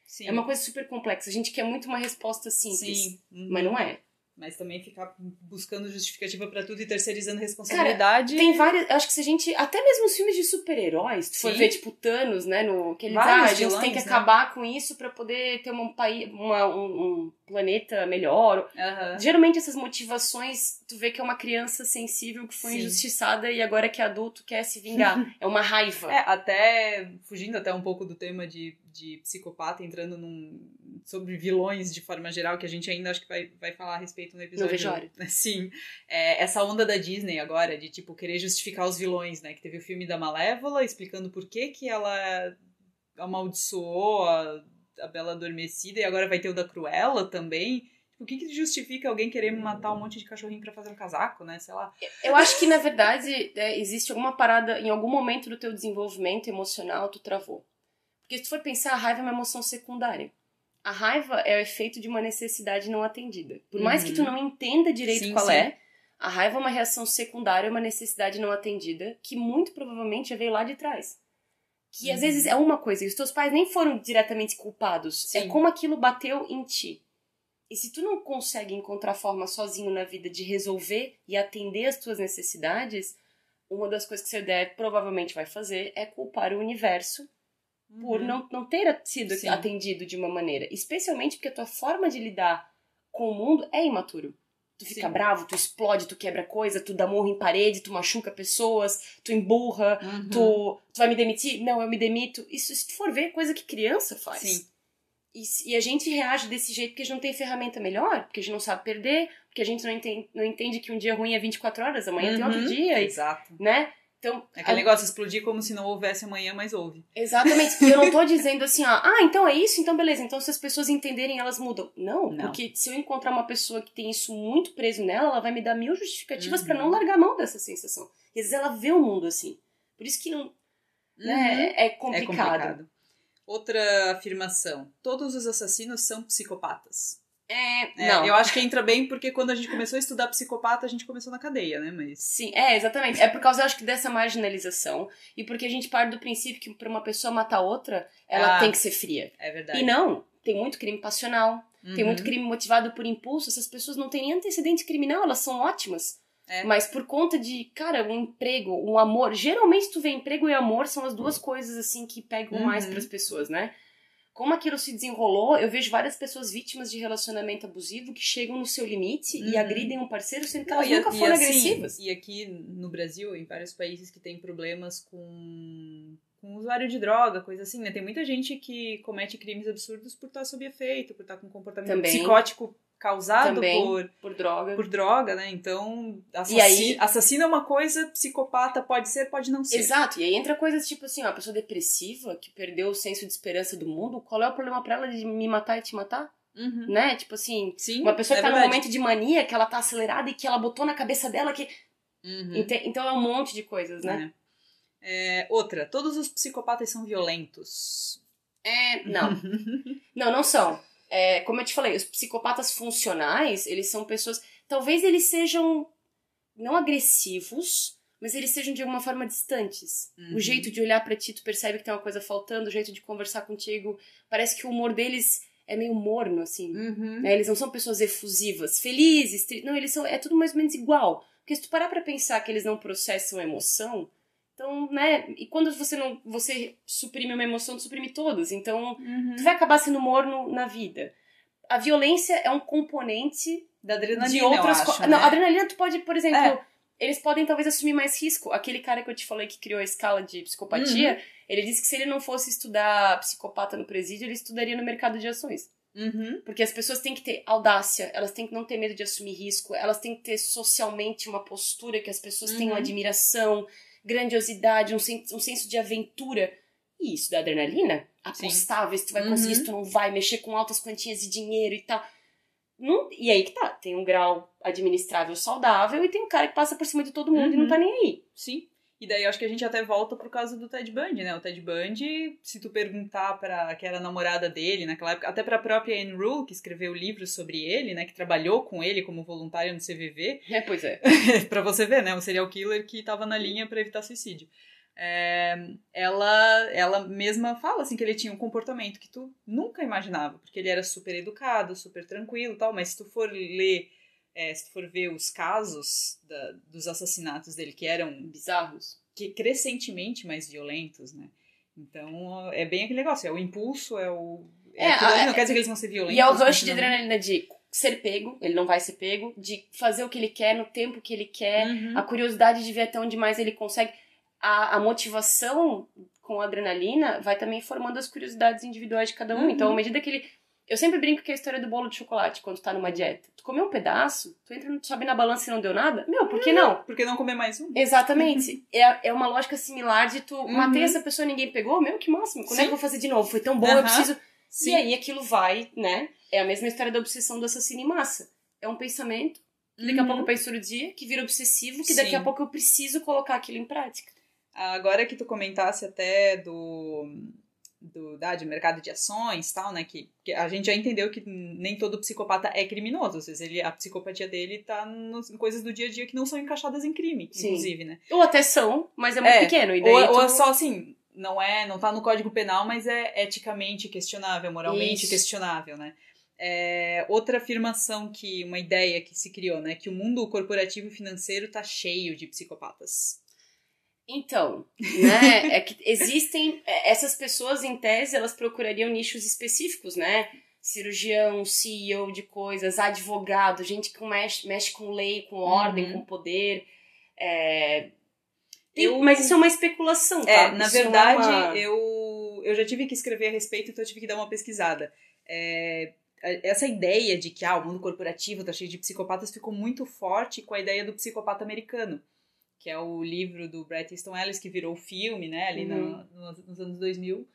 Sim. É uma coisa super complexa. A gente quer muito uma resposta simples. Sim. Uhum. Mas não é. Mas também ficar buscando justificativa pra tudo e terceirizando responsabilidade. Cara, tem várias... Acho que se a gente... Até mesmo os filmes de super-heróis, se for ver, tipo, Thanos, né? No, que eles ah, a gente vilões, tem que né? acabar com isso pra poder ter uma, uma, um, um planeta melhor. Uhum. Geralmente essas motivações, tu vê que é uma criança sensível que foi Sim. injustiçada e agora que é adulto quer se vingar. É uma raiva. É, até... Fugindo até um pouco do tema de, de psicopata, entrando num... sobre vilões de forma geral, que a gente ainda acho que vai, vai falar a respeito no episódio. No Vejório. Sim. É, essa onda da Disney agora, de tipo, querer justificar os vilões, né? Que teve o filme da Malévola, explicando por que que ela amaldiçoou a, a Bela Adormecida, e agora vai ter o da Cruella também. Tipo, o que que justifica alguém querer matar um monte de cachorrinho pra fazer um casaco, né? Sei lá. Eu acho que, na verdade, é, existe alguma parada, em algum momento do teu desenvolvimento emocional, tu travou. Porque se tu for pensar, a raiva é uma emoção secundária. A raiva é o efeito de uma necessidade não atendida. Por mais uhum. que tu não entenda direito sim, qual sim. é, a raiva é uma reação secundária, uma necessidade não atendida, que muito provavelmente já veio lá de trás. Que uhum. às vezes é uma coisa, e os teus pais nem foram diretamente culpados. Sim. É como aquilo bateu em ti. E se tu não consegue encontrar forma sozinho na vida de resolver e atender as tuas necessidades, uma das coisas que você deve, provavelmente vai fazer é culpar o universo por uhum. não, não ter sido Sim. atendido de uma maneira. Especialmente porque a tua forma de lidar com o mundo é imaturo. Tu fica Sim. bravo, tu explode, tu quebra coisa, tu dá morro em parede, tu machuca pessoas, tu emburra, uhum. tu, tu vai me demitir? Não, eu me demito. Isso, se tu for ver, é coisa que criança faz. Sim. E, e a gente reage desse jeito porque a gente não tem ferramenta melhor, porque a gente não sabe perder, porque a gente não entende, não entende que um dia ruim é vinte e quatro horas, amanhã uhum. tem outro dia. Exato. E, né? Então, aquele a... negócio de explodir como se não houvesse amanhã, mas houve. Exatamente. E eu não tô dizendo assim, ó, ah, então é isso, então beleza. Então se as pessoas entenderem, elas mudam. Não, não. Porque se eu encontrar uma pessoa que tem isso muito preso nela, ela vai me dar mil justificativas uhum. pra não largar a mão dessa sensação. E às vezes ela vê o mundo assim. Por isso que não, uhum. né, é complicado. É complicado. Outra afirmação. Todos os assassinos são psicopatas. É, é, não. Eu acho que entra bem porque quando a gente começou a estudar psicopata, a gente começou na cadeia, né? Mas... Sim, é, exatamente. É por causa, eu acho que, dessa marginalização e porque a gente parte do princípio que pra uma pessoa matar outra, ela ah, tem que ser fria. É verdade. E não, tem muito crime passional, uhum. tem muito crime motivado por impulso, essas pessoas não têm nem antecedente criminal, elas são ótimas. É. Mas por conta de, cara, um emprego, um amor, geralmente tu vê emprego e amor são as duas coisas, assim, que pegam uhum. mais pras pessoas, né? Como aquilo se desenrolou, eu vejo várias pessoas vítimas de relacionamento abusivo que chegam no seu limite uhum. e agridem um parceiro, sendo que elas Não, nunca e, foram e assim, agressivas. E aqui no Brasil, em vários países que tem problemas com, com usuário de droga, coisa assim, né? Tem muita gente que comete crimes absurdos por estar sob efeito, por estar com um comportamento Também. psicótico causado Também, por, por droga. Por droga, né? Então, assassino, aí, assassino é uma coisa, psicopata pode ser, pode não ser. Exato, e aí entra coisas tipo assim, ó, uma pessoa depressiva que perdeu o senso de esperança do mundo, qual é o problema pra ela de me matar e te matar? Uhum. Né? Tipo assim, Sim, uma pessoa é que tá verdade. num momento de mania, que ela tá acelerada e que ela botou na cabeça dela que... Uhum. Então é um monte de coisas, né? É. É, outra, todos os psicopatas são violentos. É, não. não, não são. É, como eu te falei, os psicopatas funcionais, eles são pessoas... Talvez eles sejam não agressivos, mas eles sejam de alguma forma distantes. Uhum. O jeito de olhar pra ti, tu percebe que tem uma coisa faltando, o jeito de conversar contigo. Parece que o humor deles é meio morno, assim. Uhum. Né? Eles não são pessoas efusivas, felizes. Tri... Não, eles são... É tudo mais ou menos igual. Porque se tu parar pra pensar que eles não processam emoção... Então, né, e quando você não, você suprime uma emoção, tu suprime todas. Então, uhum. tu vai acabar sendo morno na vida. A violência é um componente da adrenalina, de outras eu acho, co- né? Não, a adrenalina tu pode, por exemplo, é. eles podem talvez assumir mais risco. Aquele cara que eu te falei que criou a escala de psicopatia, uhum. ele disse que se ele não fosse estudar psicopata no presídio, ele estudaria no mercado de ações. Uhum. Porque as pessoas têm que ter audácia, elas têm que não ter medo de assumir risco, elas têm que ter socialmente uma postura que as pessoas uhum. tenham admiração, grandiosidade, um, sen- um senso de aventura. E isso da adrenalina, apostável, se tu vai conseguir, uhum. se tu não vai, mexer com altas quantias de dinheiro e tal. Não, e aí que tá, tem um grau administrável saudável e tem um cara que passa por cima de todo mundo uhum. e não tá nem aí. Sim. E daí eu acho que a gente até volta por causa do Ted Bundy, né? O Ted Bundy, se tu perguntar pra que era a namorada dele naquela época, até pra própria Anne Rule, que escreveu livros sobre ele, né? Que trabalhou com ele como voluntária no C V V. É, pois é. Pra você ver, né? Um serial killer que tava na linha pra evitar suicídio. É, ela, ela mesma fala assim que ele tinha um comportamento que tu nunca imaginava, porque ele era super educado, super tranquilo e tal, mas se tu for ler, é, se tu for ver os casos da, dos assassinatos dele, que eram bizarros, que crescentemente mais violentos, né? Então é bem aquele negócio, é o impulso, é o... É, é ali, não quer dizer que eles vão ser violentos. E é o rush de adrenalina de ser pego, ele não vai ser pego, de fazer o que ele quer no tempo que ele quer, uhum. A curiosidade de ver até onde mais ele consegue. A, a motivação com a adrenalina vai também formando as curiosidades individuais de cada um. Uhum. Então, à medida que ele... Eu sempre brinco que é a história do bolo de chocolate, quando tu tá numa dieta. Tu comeu um pedaço, tu entra, tu sobe na balança e não deu nada. Meu, por que não? Por que não comer mais um? Exatamente. é, é uma lógica similar de tu... Uhum. Matei essa pessoa e ninguém pegou. Meu, que máximo. Quando Sim. é que eu vou fazer de novo? Foi tão bom, uhum. eu preciso... Sim. E aí aquilo vai, né? É a mesma história da obsessão do assassino em massa. É um pensamento, que daqui a uhum. pouco eu penso no dia, que vira obsessivo, que daqui Sim. a pouco eu preciso colocar aquilo em prática. Agora que tu comentasse até do, do da, de mercado de ações e tal, né? Que, que a gente já entendeu que nem todo psicopata é criminoso. Às vezes ele, a psicopatia dele tá nos, em coisas do dia a dia que não são encaixadas em crime, Sim. inclusive, né? Ou até são, mas é muito é, pequeno. E daí ou, tu... ou é só assim, não, é, não tá no Código Penal, mas é eticamente questionável, moralmente Isso. questionável, né? É, outra afirmação que, uma ideia que se criou, né? Que o mundo corporativo e financeiro tá cheio de psicopatas. Então, né, é que existem, essas pessoas em tese, elas procurariam nichos específicos, né, cirurgião, C E O de coisas, advogado, gente que mexe, mexe com lei, com ordem, uhum. com poder, é... Tem, eu... mas isso é uma especulação, tá? É, na isso verdade, é uma... eu, eu já tive que escrever a respeito, então eu tive que dar uma pesquisada. É... Essa ideia de que ah, o mundo corporativo tá cheio de psicopatas ficou muito forte com a ideia do psicopata americano, que é o livro do Bret Easton Ellis, que virou filme, né, ali uhum. no, no, nos anos dois mil.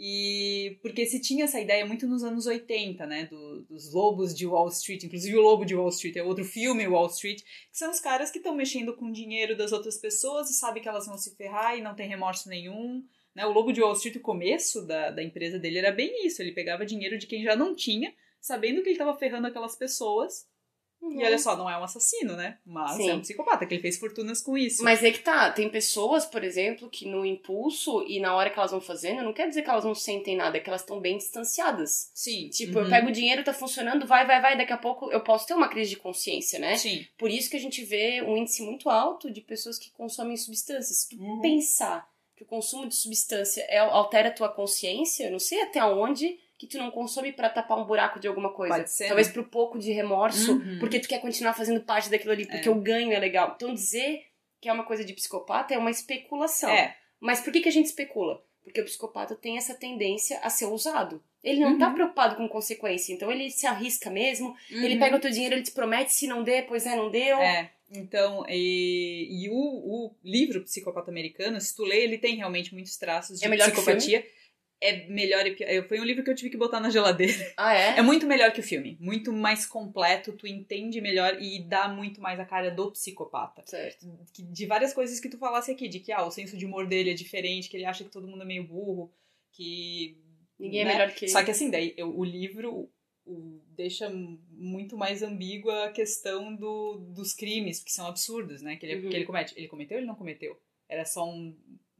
E porque se tinha essa ideia muito nos anos oitenta, né, do, dos lobos de Wall Street, inclusive o Lobo de Wall Street é outro filme, Wall Street, que são os caras que estão mexendo com o dinheiro das outras pessoas e sabem que elas vão se ferrar e não tem remorso nenhum. Né? O Lobo de Wall Street, o começo da, da empresa dele era bem isso, ele pegava dinheiro de quem já não tinha, sabendo que ele estava ferrando aquelas pessoas. Uhum. E olha só, não é um assassino, né? Mas Sim. é um psicopata, que ele fez fortunas com isso. Mas é que tá, tem pessoas, por exemplo, que no impulso e na hora que elas vão fazendo, não quer dizer que elas não sentem nada, é que elas estão bem distanciadas. Sim. Tipo, uhum. eu pego o dinheiro, tá funcionando, vai, vai, vai, daqui a pouco eu posso ter uma crise de consciência, né? Sim. Por isso que a gente vê um índice muito alto de pessoas que consomem substâncias. Se tu uhum. pensar que o consumo de substância é, altera a tua consciência, eu não sei até onde... que tu não consome pra tapar um buraco de alguma coisa. Pode ser, Talvez né? pro pouco de remorso, uhum. porque tu quer continuar fazendo parte daquilo ali, porque é. o ganho é legal. Então dizer que é uma coisa de psicopata é uma especulação. É. Mas por que, que a gente especula? Porque o psicopata tem essa tendência a ser ousado. Ele não uhum. tá preocupado com consequência, então ele se arrisca mesmo, uhum. ele pega o teu dinheiro, ele te promete, se não der, pois é, não deu. É. Então, e, e o, o livro Psicopata Americano, se tu lê, ele tem realmente muitos traços de é melhor psicopatia. Que o filme? É melhor e pior. Foi um livro que eu tive que botar na geladeira. Ah, é? É muito melhor que o filme. Muito mais completo, tu entende melhor e dá muito mais a cara do psicopata. Certo. De várias coisas que tu falasse aqui, de que ah, o senso de humor dele é diferente, que ele acha que todo mundo é meio burro, que... Ninguém né? é melhor que ele. Só que assim, daí eu, o livro o, deixa muito mais ambígua a questão do, dos crimes, que são absurdos, né? Que ele, uhum. que ele comete. Ele cometeu ou ele não cometeu? Era só um...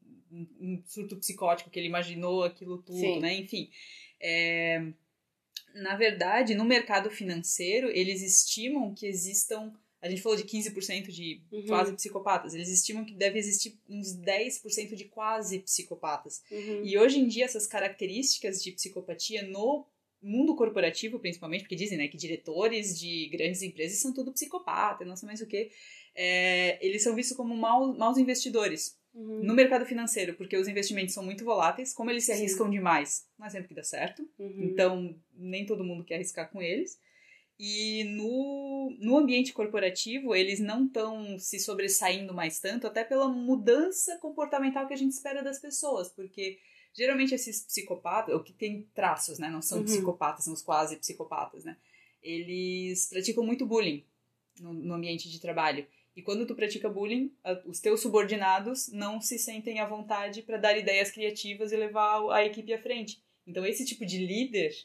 um surto psicótico que ele imaginou aquilo tudo, Sim. né? Enfim, é, na verdade, no mercado financeiro, eles estimam que existam, a gente falou de quinze por cento de uhum. quase psicopatas, eles estimam que deve existir uns dez por cento de quase psicopatas. Uhum. E hoje em dia, essas características de psicopatia no mundo corporativo, principalmente, porque dizem, né, que diretores de grandes empresas são tudo psicopata, não sei mais o que, é, eles são vistos como maus, maus investidores. Uhum. No mercado financeiro, porque os investimentos são muito voláteis, como eles se arriscam Sim. demais, não é sempre que dá certo, uhum. então nem todo mundo quer arriscar com eles. E no, no ambiente corporativo, eles não estão se sobressaindo mais tanto, até pela mudança comportamental que a gente espera das pessoas, porque geralmente esses psicopatas, ou que tem traços, né, não são uhum. psicopatas, são os quase psicopatas, né, eles praticam muito bullying no, no ambiente de trabalho. E quando tu pratica bullying, os teus subordinados não se sentem à vontade para dar ideias criativas e levar a equipe à frente. Então esse tipo de líder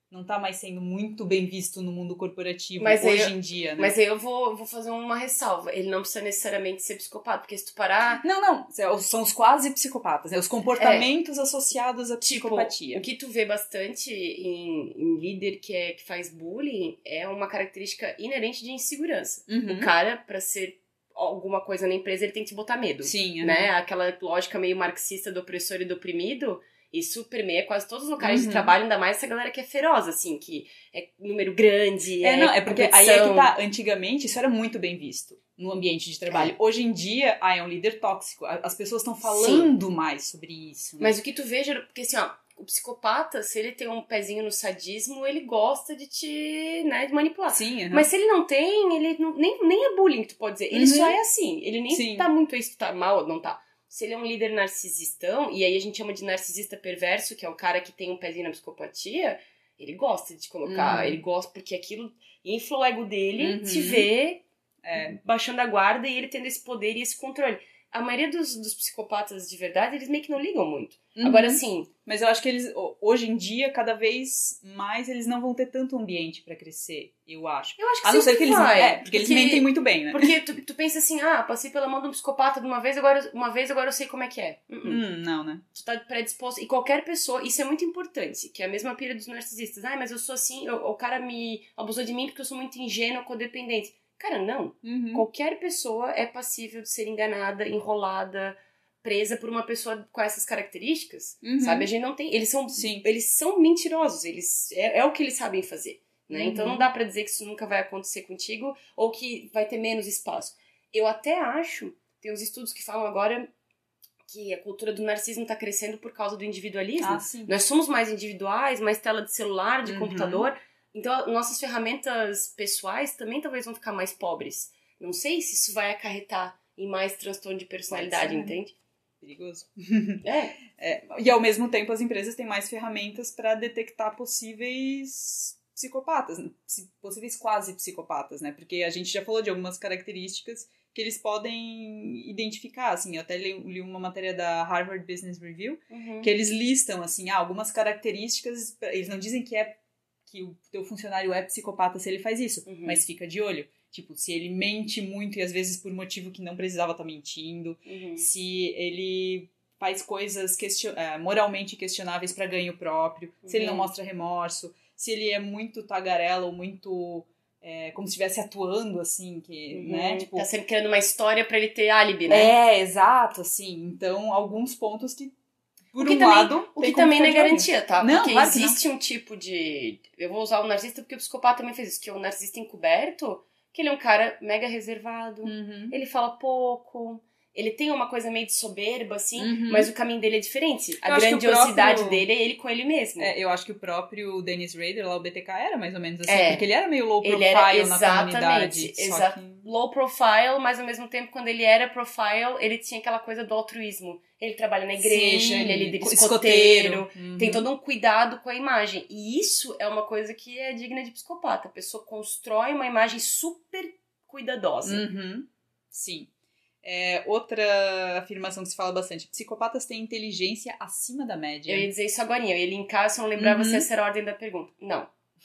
não tá mais sendo muito bem visto no mundo corporativo mas hoje eu, em dia, né? Mas aí eu vou, vou fazer uma ressalva. Ele não precisa necessariamente ser psicopata, porque se tu parar... Não, não. São os quase psicopatas, né? Os comportamentos é, associados à psicopatia. Tipo, o que tu vê bastante em, em líder que, é, que faz bullying é uma característica inerente de insegurança. Uhum. O cara, pra ser alguma coisa na empresa, ele tem que te botar medo. Sim. Né? Uhum. Aquela lógica meio marxista do opressor e do oprimido... Isso permeia quase todos os locais uhum. de trabalho, ainda mais essa galera que é feroz, assim, que é número grande, é... É, não, é porque aí é que tá, antigamente isso era muito bem visto no ambiente de trabalho. É. Hoje em dia, ah, é um líder tóxico, as pessoas estão falando Sim. mais sobre isso. Né? Mas o que tu veja, porque assim, ó, o psicopata, se ele tem um pezinho no sadismo, ele gosta de te, né, de manipular. Sim, uhum. Mas se ele não tem, ele não, nem, nem é bullying, que tu pode dizer, ele uhum. só é assim, ele nem Sim. tá muito aí se tu tá mal ou não tá. Se ele é um líder narcisistão, e aí a gente chama de narcisista perverso, que é o cara que tem um pezinho na psicopatia, ele gosta de te colocar, uhum. ele gosta porque aquilo infla o ego dele, uhum. te vê é. baixando a guarda e ele tendo esse poder e esse controle. A maioria dos, dos psicopatas de verdade, eles meio que não ligam muito. Uhum. Agora, sim... Mas eu acho que eles, hoje em dia, cada vez mais, eles não vão ter tanto ambiente pra crescer, eu acho. Eu acho que A não ser que eles vai. É, porque, porque eles mentem muito bem, né? Porque tu, tu pensa assim, ah, passei pela mão de um psicopata de uma vez, agora, uma vez, agora eu sei como é que é. Uh-uh. Hum, não, né? Tu tá predisposto. E qualquer pessoa, isso é muito importante, que é a mesma pira dos narcisistas. Ah, mas eu sou assim, eu, o cara me abusou de mim porque eu sou muito ingênua, codependente. Cara, não. Uhum. Qualquer pessoa é passível de ser enganada, enrolada, presa por uma pessoa com essas características, uhum. sabe? A gente não tem... Eles são, Sim. eles são mentirosos, eles, é, é o que eles sabem fazer, né? Uhum. Então não dá pra dizer que isso nunca vai acontecer contigo ou que vai ter menos espaço. Eu até acho, tem uns estudos que falam agora que a cultura do narcisismo tá crescendo por causa do individualismo. Ah, sim. Nós somos mais individuais, mais tela de celular, de uhum. computador... Então, nossas ferramentas pessoais também talvez vão ficar mais pobres. Não sei se isso vai acarretar em mais transtorno de personalidade, ser, entende? Perigoso. É. é. E, ao mesmo tempo, as empresas têm mais ferramentas para detectar possíveis psicopatas, possíveis quase psicopatas, né? Porque a gente já falou de algumas características que eles podem identificar, assim. Eu até li, li uma matéria da Harvard Business Review, uhum. que eles listam, assim, ah, algumas características, eles não dizem que é que o teu funcionário é psicopata se ele faz isso, uhum. mas fica de olho. Tipo, se ele mente muito e às vezes por motivo que não precisava estar mentindo, uhum. se ele faz coisas question- uh, moralmente questionáveis para ganho próprio, uhum. se ele não mostra remorso, se ele é muito tagarela ou muito... É, como se estivesse atuando, assim, que, uhum. né? Tipo, tá sempre criando uma história pra ele ter álibi, né? É, exato, assim. Então, alguns pontos que Por o que um também, lado, o que também não é garantia, tá? Não, porque claro existe um tipo de... Eu vou usar o narcisista porque o psicopata também fez isso. Que é o narcisista encoberto, que ele é um cara mega reservado, uhum. ele fala pouco, ele tem uma coisa meio de soberba, assim, uhum. mas o caminho dele é diferente. Eu A grandiosidade próprio... dele é ele com ele mesmo. É, eu acho que o próprio Dennis Rader, lá o B T K, era mais ou menos assim, é. porque ele era meio low profile ele era, na comunidade. Exa- que... Low profile, mas ao mesmo tempo, quando ele era profile, ele tinha aquela coisa do altruísmo. Ele trabalha na igreja, Sim, ele é líder escoteiro, escoteiro. Uhum. Tem todo um cuidado com a imagem. E isso é uma coisa que é digna de psicopata. A pessoa constrói uma imagem super cuidadosa. Uhum. Sim. É, outra afirmação que se fala bastante. Psicopatas têm inteligência acima da média. Eu ia dizer isso agora, eu ia linkar, se eu não lembrava uhum. se essa era a ordem da pergunta. Não.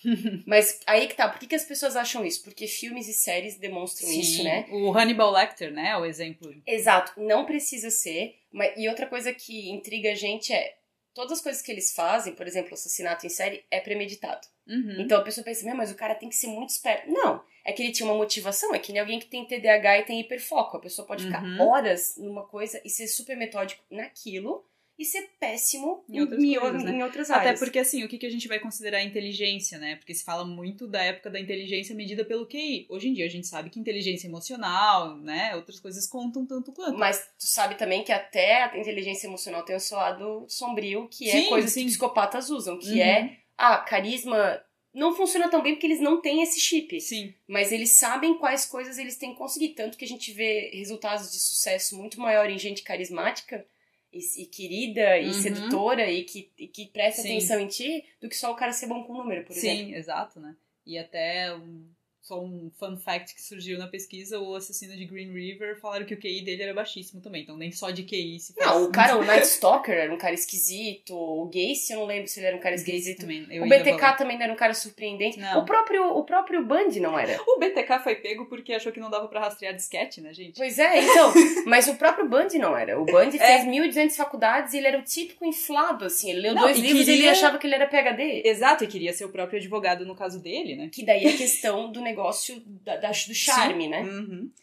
Mas aí que tá, por que, que as pessoas acham isso? Porque filmes e séries demonstram Sim. isso, né? O Hannibal Lecter, né, é o exemplo. Exato, não precisa ser. Mas, e outra coisa que intriga a gente é, todas as coisas que eles fazem, por exemplo, assassinato em série, é premeditado. Uhum. Então a pessoa pensa, meu, mas o cara tem que ser muito esperto. Não, é que ele tinha uma motivação, é que nem alguém que tem T D A H e tem hiperfoco. A pessoa pode ficar uhum. horas numa coisa e ser super metódico naquilo e ser péssimo em outras, em, coisas, em, né? em outras Até áreas. porque, assim, o que a gente vai considerar inteligência, né? Porque se fala muito da época da inteligência medida pelo Q I. Hoje em dia a gente sabe que inteligência emocional, né? Outras coisas contam tanto quanto. Mas tu sabe também que até a inteligência emocional tem o seu lado sombrio, que é sim, coisas sim. que psicopatas usam, que uhum. é, ah, carisma não funciona tão bem porque eles não têm esse chip. Sim. Mas eles sabem quais coisas eles têm que conseguir. Tanto que a gente vê resultados de sucesso muito maior em gente carismática e, e querida e uhum. sedutora e que, e que presta Sim. atenção em ti do que só o cara ser bom com número, por Sim, exemplo. Sim, exato, né? E até um, só um fun fact que surgiu na pesquisa, o assassino de Green River, falaram que o Q I dele era baixíssimo também, então nem só de Q I se faz... Não, o cara, o Night Stalker era um cara esquisito, o Gacy, eu não lembro se ele era um cara esquisito. Também, o B T K também não era um cara surpreendente. Não. O próprio, o próprio Bundy não era. O B T K foi pego porque achou que não dava pra rastrear disquete, né, gente? Pois é, então, mas o próprio Bundy não era. O Bundy é. fez mil e duzentas faculdades e ele era o típico inflado, assim, ele leu não, dois e livros queria... e ele achava que ele era P H D. Exato, e queria ser o próprio advogado no caso dele, né? Que daí é a questão do negócio da, da, do charme, Sim. né? Uhum.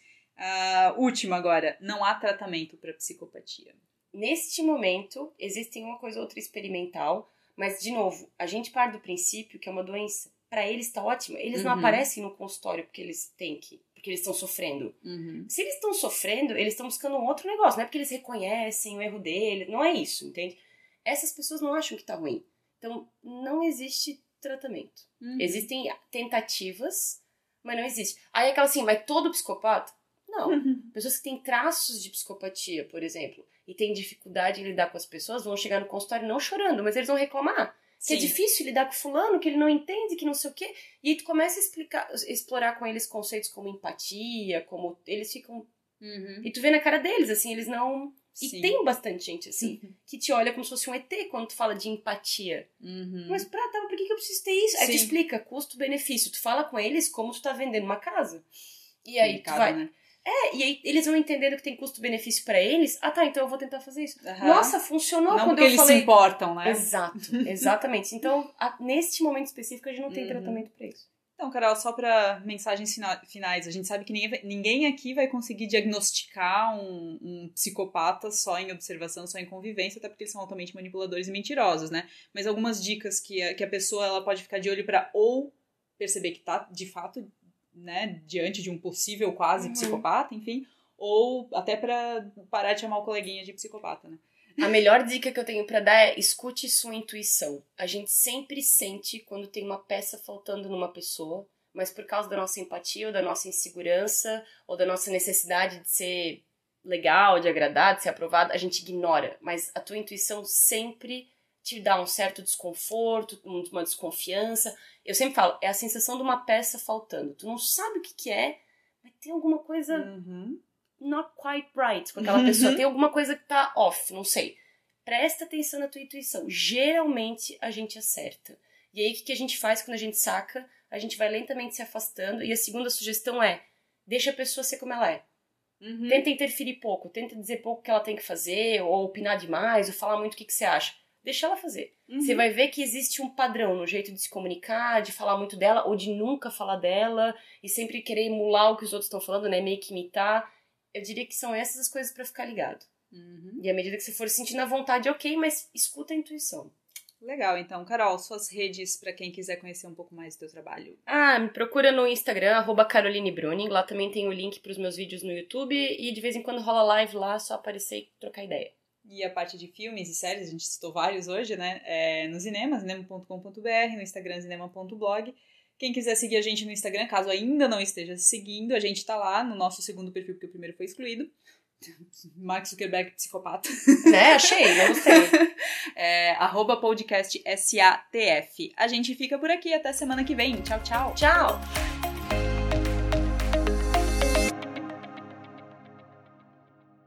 Uh, último agora, não há tratamento para psicopatia. Neste momento, existem uma coisa ou outra experimental, mas, de novo, a gente parte do princípio que é uma doença. Pra eles tá ótimo. Eles uhum. não aparecem no consultório porque eles têm que, porque eles estão sofrendo. Uhum. Se eles estão sofrendo, eles estão buscando um outro negócio. Não é porque eles reconhecem o erro deles, não é isso, entende? Essas pessoas não acham que tá ruim. Então, não existe tratamento. Uhum. Existem tentativas, mas não existe. Aí é aquela assim, mas todo psicopata? Não. Uhum. Pessoas que têm traços de psicopatia, por exemplo, e têm dificuldade em lidar com as pessoas, vão chegar no consultório não chorando, mas eles vão reclamar. Sim. Que é difícil lidar com fulano, que ele não entende, que não sei o quê. E aí tu começa a explicar, explorar com eles conceitos como empatia, como eles ficam... Uhum. E tu vê na cara deles, assim, eles não... Sim. E tem bastante gente, assim, uhum. que te olha como se fosse um E T quando tu fala de empatia. Uhum. Mas, pra, tá, por que, que eu preciso ter isso? Sim. Aí tu explica, custo-benefício. Tu fala com eles como tu tá vendendo uma casa. E aí Mercado, tu vai... Né? É, e aí eles vão entendendo que tem custo-benefício pra eles. Ah, tá, então eu vou tentar fazer isso. Uhum. Nossa, funcionou não quando eu eu falei... Não porque eles se importam, né? Exato, exatamente. Então, a, neste momento específico, a gente não tem uhum. tratamento pra isso. Então, Carol, só pra mensagens finais, a gente sabe que ninguém, ninguém aqui vai conseguir diagnosticar um, um psicopata só em observação, só em convivência, até porque eles são altamente manipuladores e mentirosos, né? Mas algumas dicas que a, que a pessoa ela pode ficar de olho pra ou perceber que tá, de fato, né, diante de um possível quase uhum. psicopata, enfim, ou até pra parar de chamar o coleguinha de psicopata, né? A melhor dica que eu tenho pra dar é escute sua intuição. A gente sempre sente quando tem uma peça faltando numa pessoa, mas por causa da nossa empatia ou da nossa insegurança ou da nossa necessidade de ser legal, de agradar, de ser aprovado, a gente ignora. Mas a tua intuição sempre te dá um certo desconforto, uma desconfiança. Eu sempre falo, é a sensação de uma peça faltando. Tu não sabe o que que é, mas tem alguma coisa... Uhum. not quite right com aquela pessoa. Tem alguma coisa que tá off, não sei. Presta atenção na tua intuição. Geralmente a gente acerta. E aí o que, que a gente faz quando a gente saca? A gente vai lentamente se afastando. E a segunda sugestão é, deixa a pessoa ser como ela é. Uhum. Tenta interferir pouco. Tenta dizer pouco o que ela tem que fazer, ou opinar demais, ou falar muito o que, que você acha. Deixa ela fazer. Uhum. Você vai ver que existe um padrão no jeito de se comunicar, de falar muito dela, ou de nunca falar dela, e sempre querer emular o que os outros estão falando, né? Meio que imitar. Eu diria que são essas as coisas pra ficar ligado. Uhum. E à medida que você for sentindo a vontade, ok, mas escuta a intuição. Legal, então. Carol, suas redes pra quem quiser conhecer um pouco mais do teu trabalho. Ah, me procura no Instagram, arroba Caroline Bruning. Lá também tem o link pros meus vídeos no YouTube. E de vez em quando rola live lá, só aparecer e trocar ideia. E a parte de filmes e séries, a gente citou vários hoje, né? É no Cinema, cinema ponto com ponto b r, no Instagram, cinema ponto blog. Quem quiser seguir a gente no Instagram, caso ainda não esteja seguindo, a gente tá lá no nosso segundo perfil, porque o primeiro foi excluído. Mark Zuckerberg, psicopata. Né? Achei, não gostei. É, arroba podcast S A T F. A gente fica por aqui, até semana que vem. Tchau, tchau. Tchau.